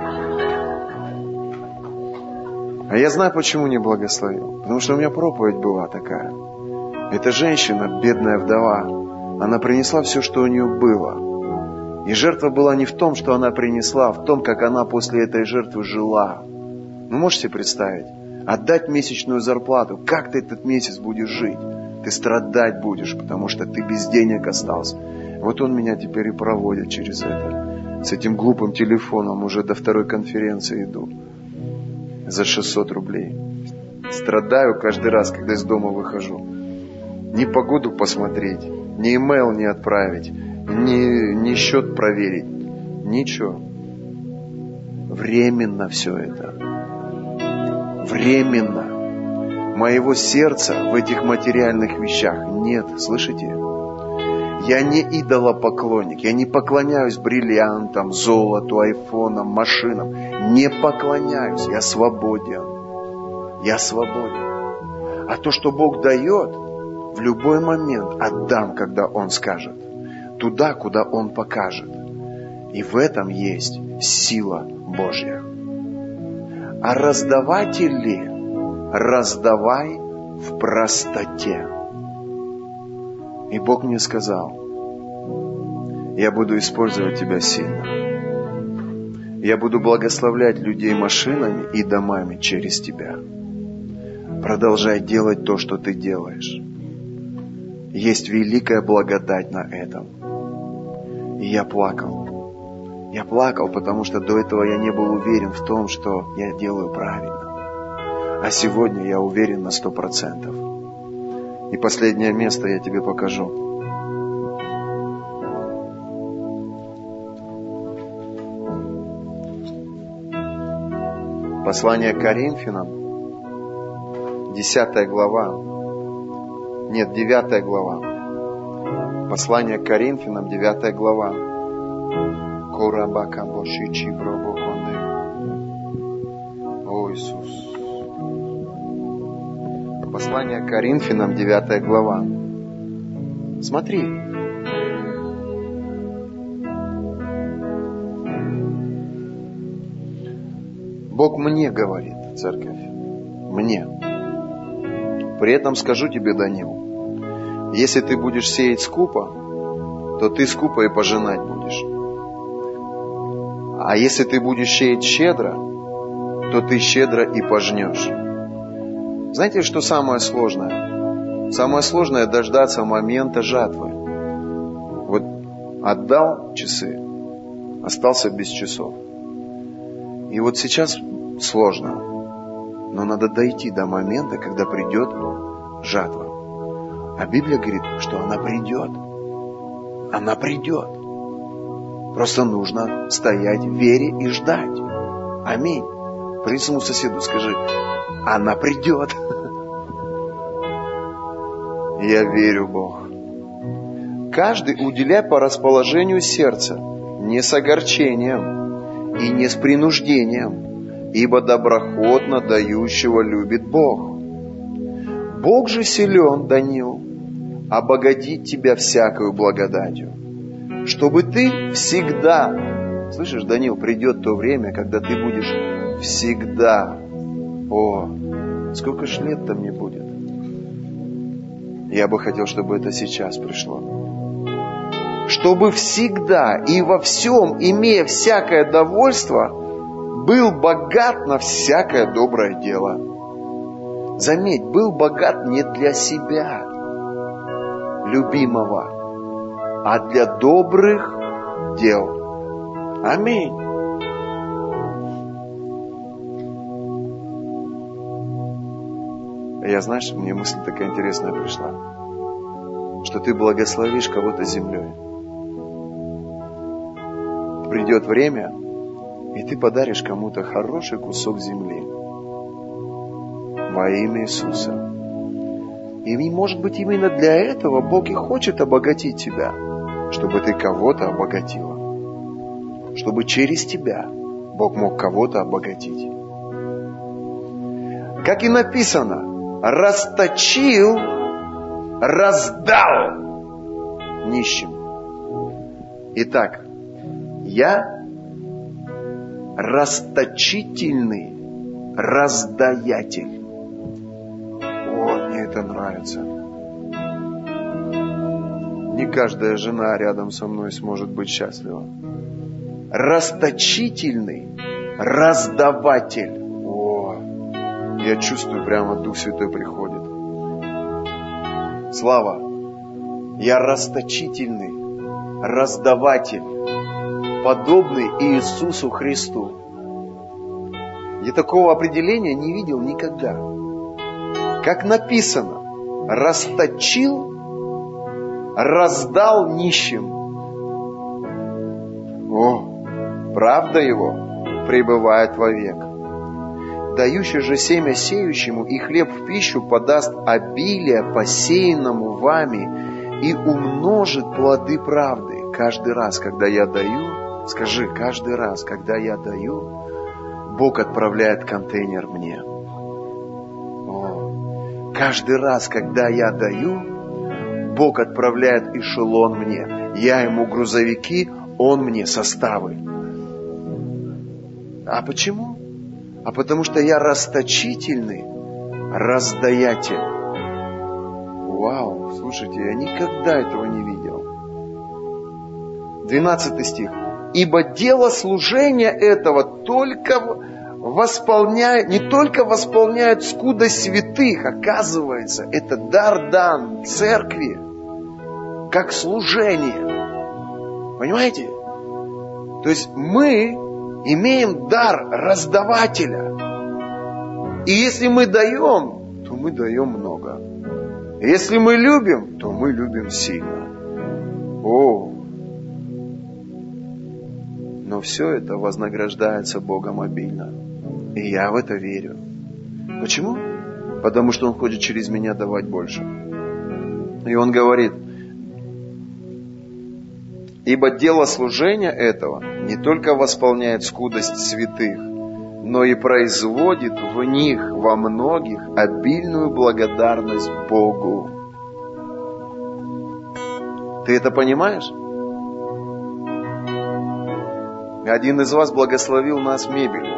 А я знаю, почему не благословил. Потому что у меня проповедь была такая. Эта женщина, бедная вдова, она принесла все, что у нее было. И жертва была не в том, что она принесла, а в том, как она после этой жертвы жила. Ну, можете представить? Отдать месячную зарплату. Как ты этот месяц будешь жить? Ты страдать будешь, потому что ты без денег остался. Вот он меня теперь и проводит через это. С этим глупым телефоном уже до второй конференции иду. За 600 рублей. Страдаю каждый раз, когда из дома выхожу. Ни погоду посмотреть, ни имейл не отправить, ни счет проверить. Ничего. Временно все это. Временно. Моего сердца в этих материальных вещах нет. Слышите? Я не идолопоклонник. Я не поклоняюсь бриллиантам, золоту, айфонам, машинам. Не поклоняюсь. Я свободен. Я свободен. А то, что Бог дает, в любой момент отдам, когда Он скажет. Туда, куда Он покажет. И в этом есть сила Божья. А раздаватели, раздавай в простоте. И Бог мне сказал, я буду использовать тебя сильно. Я буду благословлять людей машинами и домами через тебя. Продолжай делать то, что ты делаешь. Есть великая благодать на этом. И я плакал. Я плакал, потому что до этого я не был уверен в том, что я делаю правильно. А сегодня я уверен на 100%. И последнее место я тебе покажу. Послание к Коринфянам, 10 глава. Нет, 9 глава. Послание к Коринфянам, 9 глава. О, Иисус. Послание к Коринфянам, 9 глава. Смотри. Бог мне говорит, церковь. Мне. При этом скажу тебе, Данил, если ты будешь сеять скупо, то ты скупо и пожинать будешь. А если ты будешь сеять щедро, то ты щедро и пожнешь. Знаете, что самое сложное? Самое сложное – дождаться момента жатвы. Вот отдал часы, остался без часов. И вот сейчас сложно, но надо дойти до момента, когда придет жатва. А Библия говорит, что она придет. Она придет. Просто нужно стоять в вере и ждать. Аминь. При своему соседу скажи, она придет. Я верю, Бог. Каждый уделяй по расположению сердца, не с огорчением и не с принуждением, ибо доброхотно дающего любит Бог. Бог же силен, Данил, обогатить тебя всякою благодатью, чтобы ты всегда, слышишь, Данил, придет то время, когда ты будешь всегда. О, сколько ж лет-то мне будет? Я бы хотел, чтобы это сейчас пришло. Чтобы всегда и во всем, имея всякое довольство, был богат на всякое доброе дело. Заметь, был богат не для себя, любимого, а для добрых дел. Аминь. Я, знаешь, мне мысль такая интересная пришла, что ты благословишь кого-то землей. Придет время, и ты подаришь кому-то хороший кусок земли во имя Иисуса. И может быть именно для этого Бог и хочет обогатить тебя, чтобы ты кого-то обогатила. Чтобы через тебя Бог мог кого-то обогатить. Как и написано, расточил, раздал нищим. Итак, я расточительный раздаятель. О, мне это нравится. Не каждая жена рядом со мной сможет быть счастлива. Расточительный раздаватель. О, я чувствую, прямо Дух Святой приходит. Слава, я расточительный раздаватель, подобный Иисусу Христу. Я такого определения не видел никогда. Как написано, расточил, раздал нищим. О, правда его пребывает вовек. Дающий же семя сеющему и хлеб в пищу подаст обилие посеянному вами и умножит плоды правды. Каждый раз, когда я даю, скажи, каждый раз, когда я даю, Бог отправляет контейнер мне. О, каждый раз, когда я даю, Бог отправляет эшелон мне. Я ему грузовики, он мне составы. А почему? А потому что я расточительный раздаятель. Вау, слушайте, я никогда этого не видел. 12 стих. Ибо дело служения этого не только восполняет скудость святых, оказывается, это дар дан церкви, как служение. Понимаете? То есть мы имеем дар раздавателя. И если мы даем, то мы даем много. Если мы любим, то мы любим сильно. О! Но все это вознаграждается Богом обильно. И я в это верю. Почему? Потому что Он хочет через меня давать больше. И Он говорит, ибо дело служения этого не только восполняет скудость святых, но и производит в них, во многих, обильную благодарность Богу. Ты это понимаешь? Один из вас благословил нас мебелью.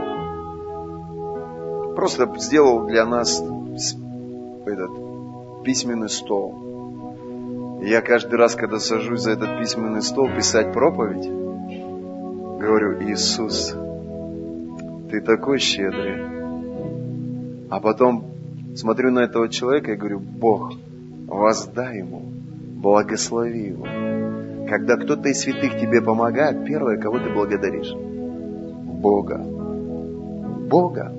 Просто сделал для нас этот письменный стол. И я каждый раз, когда сажусь за этот письменный стол писать проповедь, говорю, Иисус, Ты такой щедрый. А потом смотрю на этого человека и говорю, Бог, воздай ему, благослови его. Когда кто-то из святых тебе помогает, первое, кого ты благодаришь? Бога. Бога.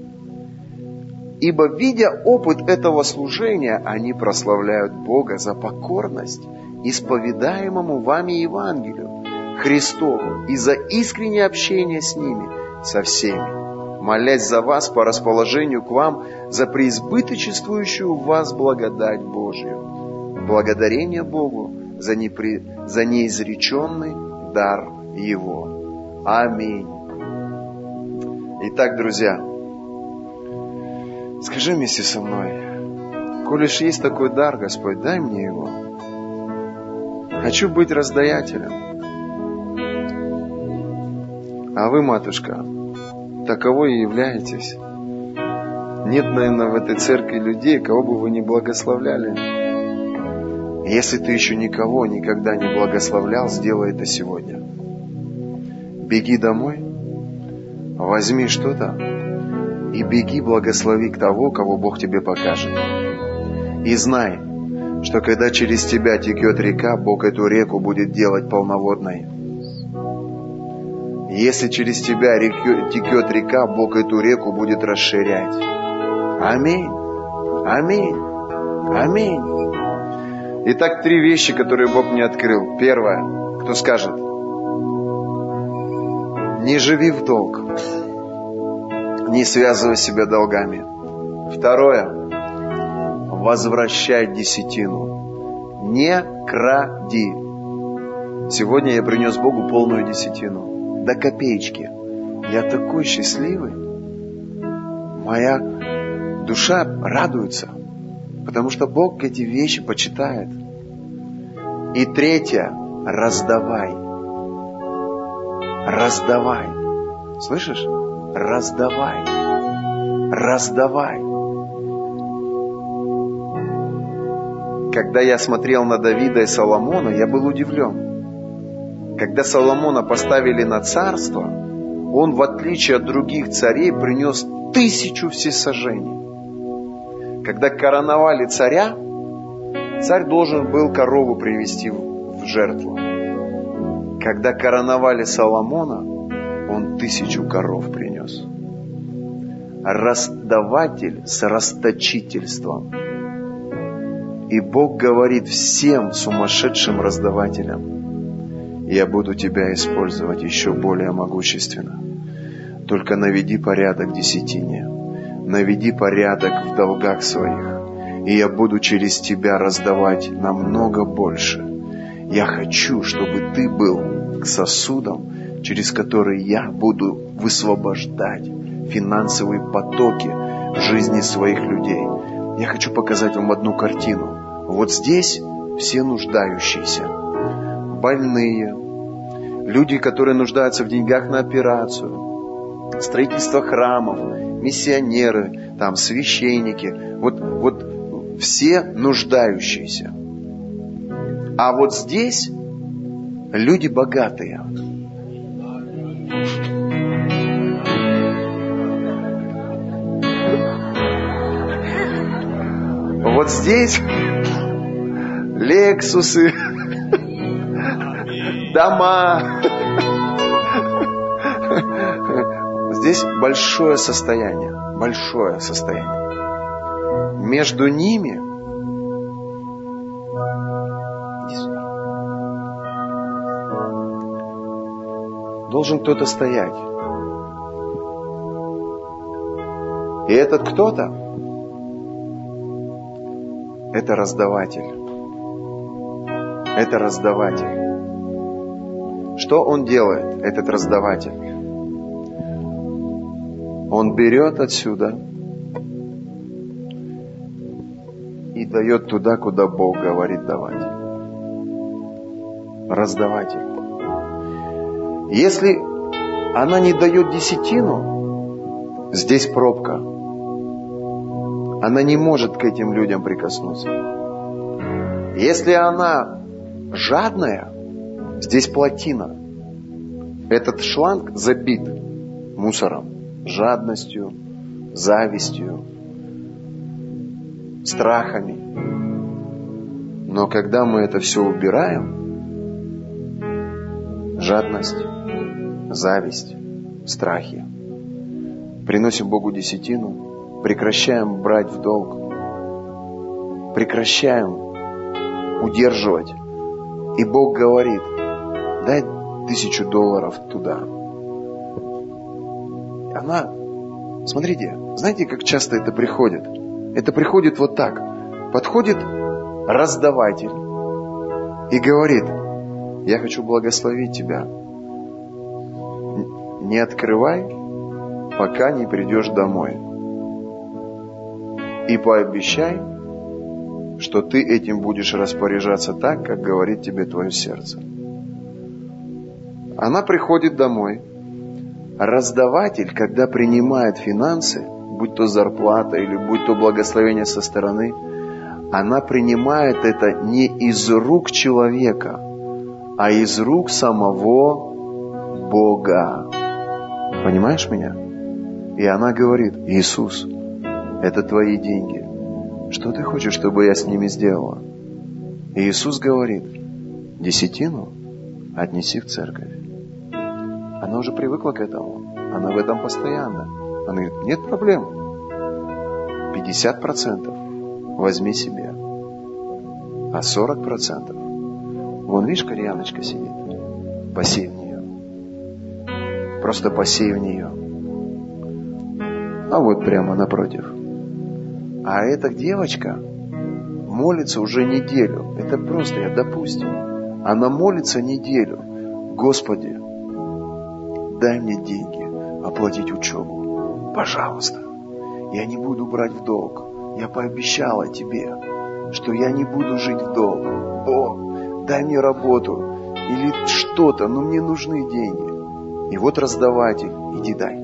Ибо, видя опыт этого служения, они прославляют Бога за покорность исповедаемому вами Евангелию, Христову, и за искреннее общение с ними, со всеми, молясь за вас по расположению к вам за преизбыточествующую в вас благодать Божию. Благодарение Богу за неизреченный дар Его. Аминь. Итак, друзья, скажи вместе со мной, коли ж есть такой дар, Господь, дай мне его. Хочу быть раздаятелем. А вы, матушка, таковой и являетесь. Нет, наверное, в этой церкви людей, кого бы вы ни благословляли. Если ты еще никого никогда не благословлял, сделай это сегодня. Беги домой, возьми что-то и беги, благослови того, кого Бог тебе покажет. И знай, что когда через тебя текет река, Бог эту реку будет делать полноводной. Если через тебя текет река, Бог эту реку будет расширять. Аминь. Аминь. Аминь. Итак, 3 вещи, которые Бог мне открыл. Первое. Кто скажет? Не живи в долг. Не связывай себя долгами. Второе. возвращай десятину. Не кради. Сегодня я принес Богу полную десятину. До копеечки. Я такой счастливый. Моя душа радуется. Потому что Бог эти вещи почитает. И третье. Раздавай. Раздавай. Слышишь? Раздавай. Раздавай. Когда я смотрел на Давида и Соломона, я был удивлен. Когда Соломона поставили на царство, он, в отличие от других царей, принес 1000 всесожжений. Когда короновали царя, царь должен был корову привести в жертву. Когда короновали Соломона, он 1000 коров принес. Раздаватель с расточительством. И Бог говорит всем сумасшедшим раздавателям: я буду тебя использовать еще более могущественно. Только наведи порядок в десятине, наведи порядок в долгах своих, и я буду через тебя раздавать намного больше. Я хочу, чтобы ты был сосудом, через который я буду высвобождать финансовые потоки в жизни своих людей. Я хочу показать вам одну картину. Вот здесь все нуждающиеся, больные, люди, которые нуждаются в деньгах на операцию, строительство храмов, миссионеры, там, священники. Вот все нуждающиеся. А вот здесь люди богатые. Вот здесь Лексусы, дома. Здесь большое состояние. Большое состояние. Между ними должен кто-то стоять. И этот кто-то — это раздаватель. Это раздаватель. Что он делает, этот раздаватель? Он берет отсюда и дает туда, куда Бог говорит давать. Раздаватель. Если она не дает десятину, здесь пробка. Она не может к этим людям прикоснуться. Если она жадная, здесь плотина. Этот шланг забит мусором, жадностью, завистью, страхами. Но когда мы это все убираем, жадность, зависть, страхи, приносим Богу десятину, прекращаем брать в долг, прекращаем удерживать. И Бог говорит: дай $1000 туда. Она, смотрите, знаете, как часто это приходит? Это приходит вот так. Подходит раздаватель и говорит: я хочу благословить тебя. Не открывай, пока не придешь домой. И пообещай, что ты этим будешь распоряжаться так, как говорит тебе твое сердце. Она приходит домой. Раздаватель, когда принимает финансы, будь то зарплата или будь то благословение со стороны, она принимает это не из рук человека, а из рук самого Бога. Понимаешь меня? И она говорит: Иисус, это твои деньги. Что ты хочешь, чтобы я с ними сделала? И Иисус говорит: десятину отнеси в церковь. Она уже привыкла к этому. Она в этом постоянно. Она говорит: нет проблем. 50% возьми себе. А 40%, вон, видишь, кореяночка сидит. Посей в нее. Просто посей в нее. А вот прямо напротив. А эта девочка молится уже неделю. Это просто, допустим. Она молится неделю. Господи, дай мне деньги оплатить учебу. Пожалуйста. Я не буду брать в долг. Я пообещала тебе, что я не буду жить в долг. Бог, дай мне работу. Или что-то, но мне нужны деньги. И вот раздаватель, иди дай.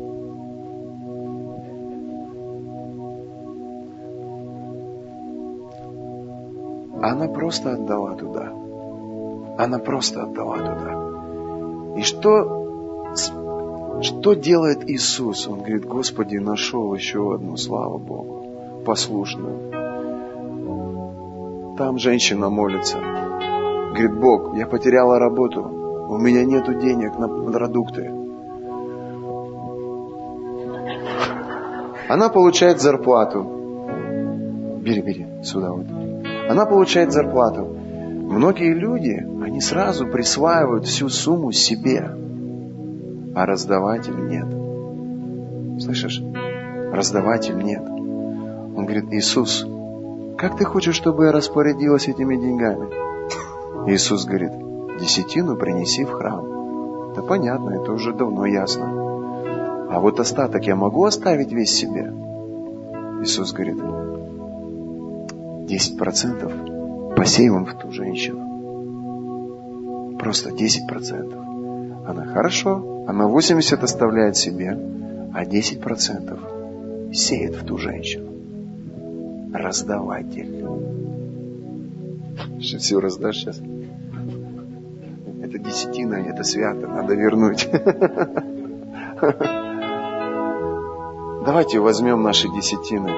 Она просто отдала туда. Она просто отдала туда. И что делает Иисус? Он говорит, Господи, нашел еще одну, слава Богу, послушную. Там женщина молится. Говорит, Бог, я потеряла работу. У меня нету денег на продукты. Она получает зарплату. Бери, сюда вот. Она получает зарплату. Многие люди, они сразу присваивают всю сумму себе, а раздаватель нет. Слышишь? Раздаватель нет. Он говорит, Иисус, как ты хочешь, чтобы я распорядилась этими деньгами? Иисус говорит, десятину принеси в храм. Да понятно, это уже давно ясно. А вот остаток я могу оставить весь себе? Иисус говорит, 10% посеиваем в ту женщину. Просто 10%. Она хорошо, она 80% оставляет себе, а 10% сеет в ту женщину. Раздаватель. Что, все раздашь сейчас? Это десятина, это свято, надо вернуть. Давайте возьмем наши десятины.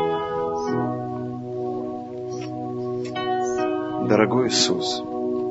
Дорогой Иисус,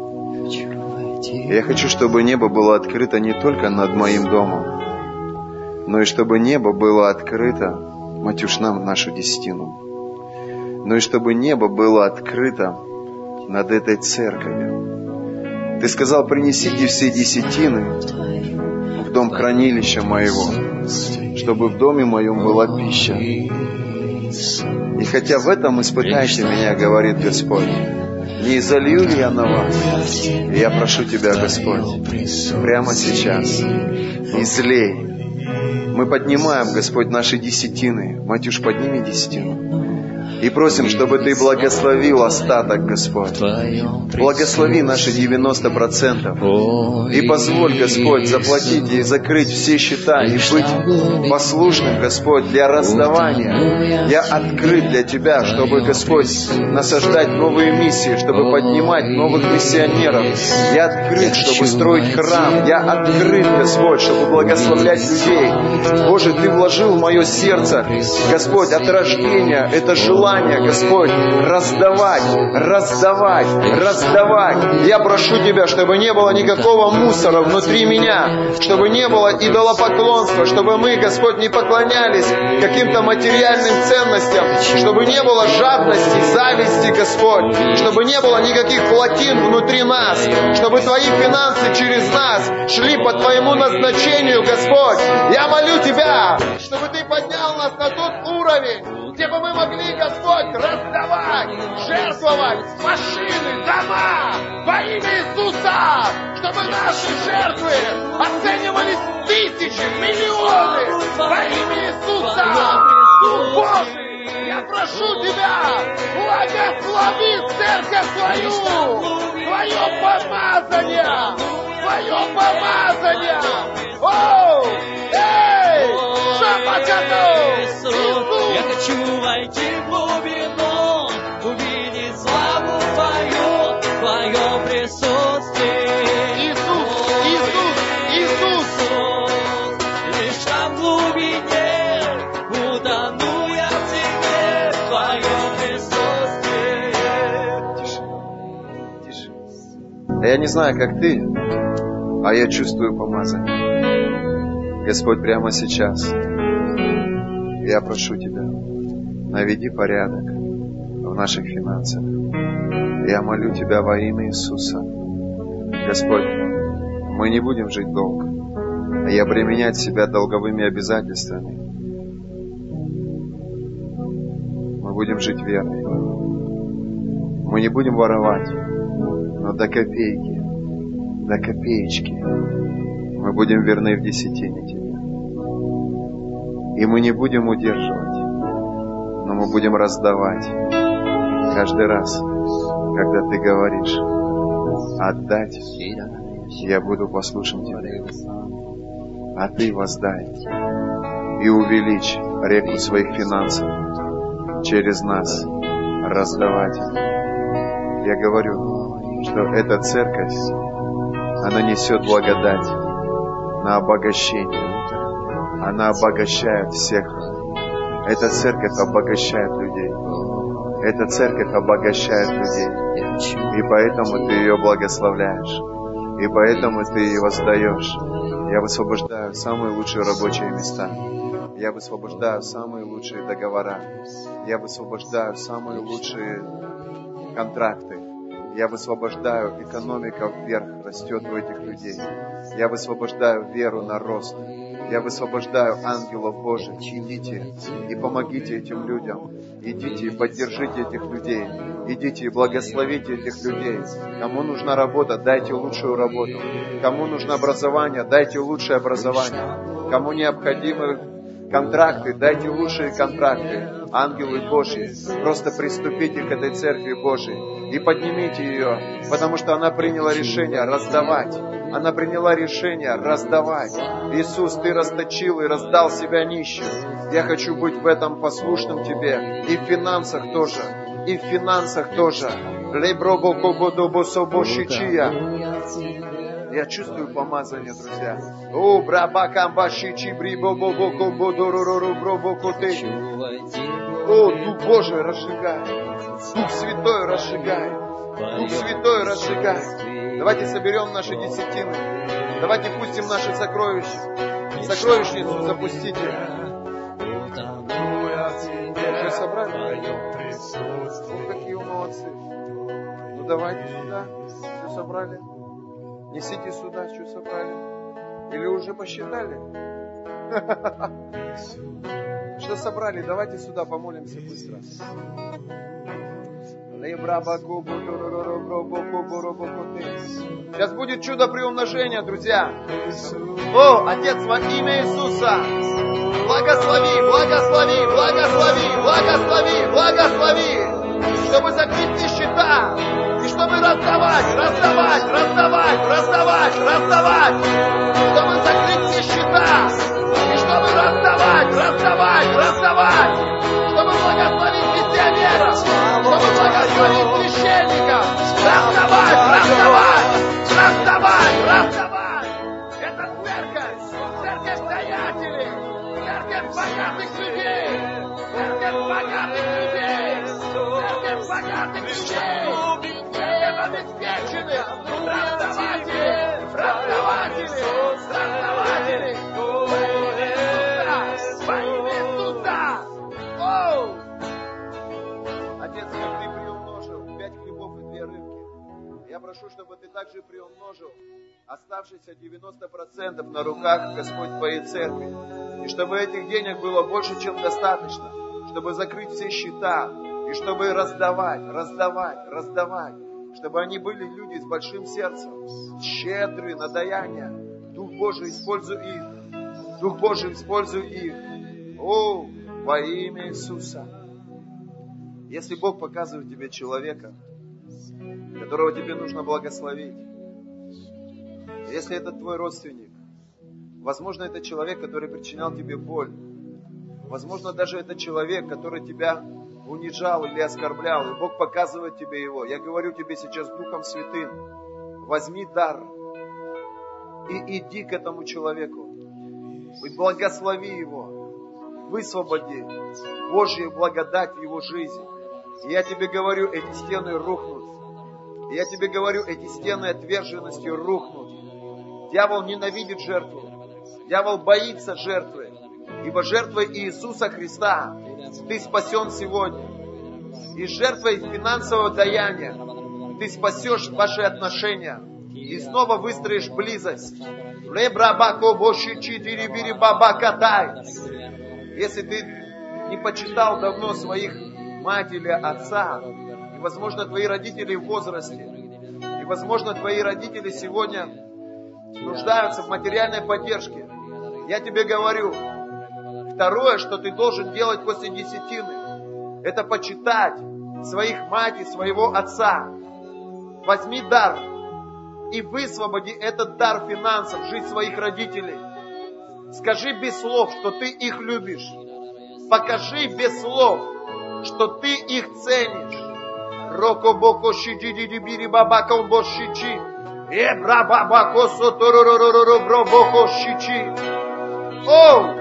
я хочу, чтобы небо было открыто не только над моим домом, но и чтобы небо было открыто, Матюш, нам нашу десятину, но и чтобы небо было открыто над этой церковью. Ты сказал, принесите все десятины в дом хранилища моего, чтобы в доме моем была пища. И хотя в этом испытайте меня, говорит Господь, не изолью ли я на вас? И я прошу Тебя, Господь, прямо сейчас, излей. Мы поднимаем, Господь, наши десятины. Матюш, подними десятину. И просим, чтобы Ты благословил остаток, Господь. Благослови наши 90%. И позволь, Господь, заплатить и закрыть все счета и быть послушным, Господь, для раздавания. Я открыт для Тебя, чтобы, Господь, насаждать новые миссии, чтобы поднимать новых миссионеров. Я открыт, чтобы строить храм. Я открыт, Господь, чтобы благословлять людей. Боже, Ты вложил в мое сердце, Господь, от рождения это желание, Господь, раздавать. Я прошу Тебя, чтобы не было никакого мусора внутри меня, чтобы не было идолопоклонства, чтобы мы, Господь, не поклонялись каким-то материальным ценностям, чтобы не было жадности, зависти, Господь, чтобы не было никаких плотин внутри нас, чтобы Твои финансы через нас шли по Твоему назначению, Господь. Я молю Тебя, чтобы Ты поднял нас на тот уровень, где бы мы могли, Господь, раздавать, жертвовать машины, дома во имя Иисуса, чтобы наши жертвы оценивались тысячи, миллионы во имя Иисуса. Дух Божий, я прошу Тебя, благослови церковь Твою, Твое помазание. О, эй, Шапакату, Иисус. Я хочу войти в глубину, увидеть славу Твою, Твое присутствие. Иисус. Лишь там в глубине утону я в Тебе, в Твоем присутствии. Тише. Я не знаю, как ты, а я чувствую помазание. Господь, прямо сейчас я прошу Тебя, наведи порядок в наших финансах. Я молю Тебя во имя Иисуса. Господь, мы не будем жить долго, и обременять себя долговыми обязательствами. Мы будем жить верой. Мы не будем воровать, но до копейки, до копеечки мы будем верны в десятине Тебе. И мы не будем удерживать, но мы будем раздавать каждый раз, когда Ты говоришь: отдать, я буду послушен Тебе. А Ты воздай и увеличь реку своих финансов через нас раздавать. Я говорю, что эта церковь, она несет благодать на обогащение. Она обогащает всех. Эта церковь обогащает людей. Эта церковь обогащает людей. И поэтому Ты ее благословляешь. И поэтому Ты ее воздаешь. Я высвобождаю самые лучшие рабочие места. Я высвобождаю самые лучшие договора. Я высвобождаю самые лучшие контракты. Я высвобождаю, экономика вверх растет у этих людей. Я высвобождаю веру на рост. Я высвобождаю ангелов Божьих. Идите и помогите этим людям. Идите и поддержите этих людей. Идите и благословите этих людей. Кому нужна работа, дайте лучшую работу. Кому нужно образование, дайте лучшее образование. Кому необходимы контракты, дайте лучшие контракты. Ангелы Божьи, просто приступите к этой церкви Божьей и поднимите ее, потому что она приняла решение раздавать. Она приняла решение раздавать. Иисус, Ты расточил и раздал себя нищим. Я хочу быть в этом послушным Тебе. И в финансах тоже. И в финансах тоже. Я чувствую помазание, друзья. О, Дух Божий разжигает. Дух Святой разжигает. Дух Святой разжигает. Давайте соберем наши десятины. Давайте пустим наши сокровища. Сокровищницу запустите. Уже собрали? Ну, какие вы молодцы. Ну, давайте сюда. Что собрали? Несите сюда, что собрали. Или уже посчитали? Что собрали? Давайте сюда помолимся быстро. Сейчас будет чудо приумножения, друзья. О, Отец, во имя Иисуса, благослови, благослови, благослови, благослови, благослови, чтобы закрыть все счета, и чтобы раздавать, раздавать, раздавать, раздавать, раздавать, чтобы закрыть все счета, и чтобы раздавать, раздавать, раздавать, чтобы благословить миссионеров, чтобы благословить священников, раздавать, раздавать, раздавать, раздавать. Это церковь, церковь стоятелей, церковь богатых людей, церковь богатых людей, церковь богатых людей, церковь обеспеченных, раздаватели, раздаватели, раздаватели. Во имя Иисуса! Оу! Отец, как Ты приумножил 5 хлебов и 2 рыбки, я прошу, чтобы Ты также приумножил оставшиеся 90% на руках, Господь, Твоей церкви. И чтобы этих денег было больше, чем достаточно, чтобы закрыть все счета, и чтобы раздавать, раздавать, раздавать, чтобы они были люди с большим сердцем, щедрые на даяние. Дух Божий, используй их. Дух Божий, используй их. О, во имя Иисуса. Если Бог показывает тебе человека, которого тебе нужно благословить, если это твой родственник, возможно, это человек, который причинял тебе боль, возможно, даже это человек, который тебя унижал или оскорблял, и Бог показывает тебе его. Я говорю тебе сейчас Духом Святым, возьми дар и иди к этому человеку, и благослови его. Высвободи Божью благодать в его жизнь. И я тебе говорю, эти стены рухнут. И я тебе говорю, эти стены отверженностью рухнут. Дьявол ненавидит жертву. Дьявол боится жертвы. Ибо жертвой Иисуса Христа ты спасен сегодня. И жертвой финансового даяния ты спасешь ваши отношения. И снова выстроишь близость. Если ты не почитал давно своих мать или отца, И, возможно, твои родители в возрасте. И, возможно, твои родители сегодня нуждаются в материальной поддержке. Я тебе говорю, второе, что ты должен делать после десятины, это почитать своих мать и своего отца. Возьми дар и высвободи этот дар финансов в жизнь своих родителей. Скажи без слов, что ты их любишь. Покажи без слов, что ты их ценишь. Рокобоко шидидибири бабако бошичи. Эбрабабако соторороророрobroboко шичи. Оу!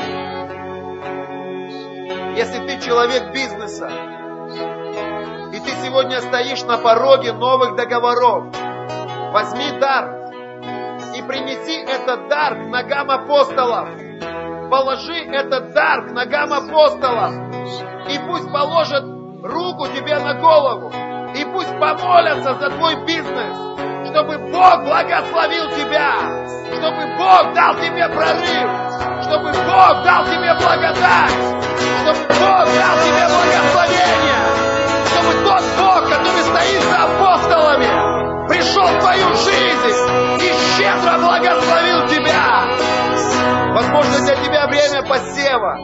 Если ты человек бизнеса, и ты сегодня стоишь на пороге новых договоров, возьми дар и принеси этот дар к ногам апостолов. Положи этот дар к ногам апостолов. И пусть положат руку тебе на голову. И пусть помолятся за твой бизнес. Чтобы Бог благословил тебя. Чтобы Бог дал тебе прорыв. Чтобы Бог дал тебе благодать. Чтобы Бог дал тебе благословение. Чтобы тот Бог, который стоит за апостолами, пришел в твою жизнь и щедро благословил тебя. Возможно, для тебя время посева.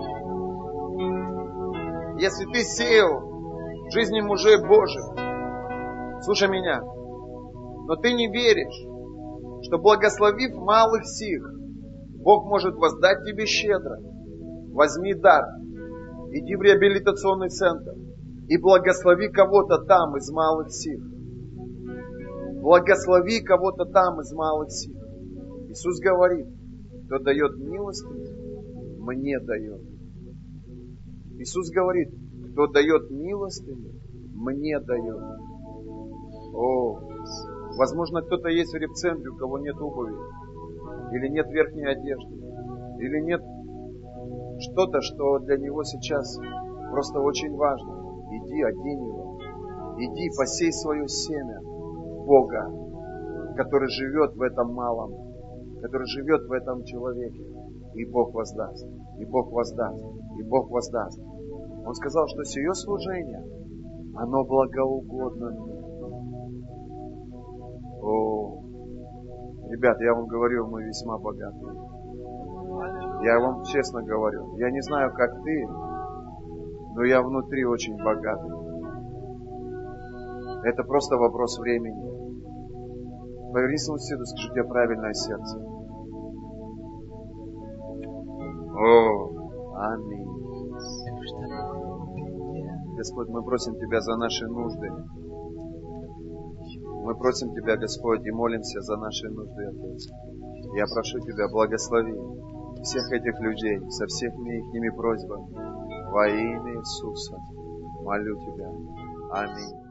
Если ты сеял в жизни мужей Божьих, слушай меня, но ты не веришь, что благословив малых сих, Бог может воздать тебе щедро. Возьми дар, иди в реабилитационный центр и благослови кого-то там из малых сих. Благослови кого-то там из малых сих. Иисус говорит, кто дает милостыню, мне дает. Иисус говорит, кто дает милостыню, мне дает. О, возможно, кто-то есть в репцентре, у кого нет обуви, или нет верхней одежды, или нет что-то, что для него сейчас просто очень важно. Иди, одень его. Иди, посей свое семя Бога, который живет в этом малом, который живет в этом человеке. И Бог воздаст, и Бог воздаст, и Бог воздаст. Он сказал, что сие служение, оно благоугодно мне. О, ребят, я вам говорю, мы весьма богаты. Я вам честно говорю, я не знаю, как ты, но я внутри очень богатый. Это просто вопрос времени. Поверни своему соседу, скажи, у тебя правильное сердце. О, аминь. Господь, мы просим Тебя за наши нужды. Мы просим Тебя, Господь, и молимся за наши нужды, Отец. Я прошу Тебя, благослови всех этих людей со всеми их просьбами. Во имя Иисуса молю Тебя. Аминь.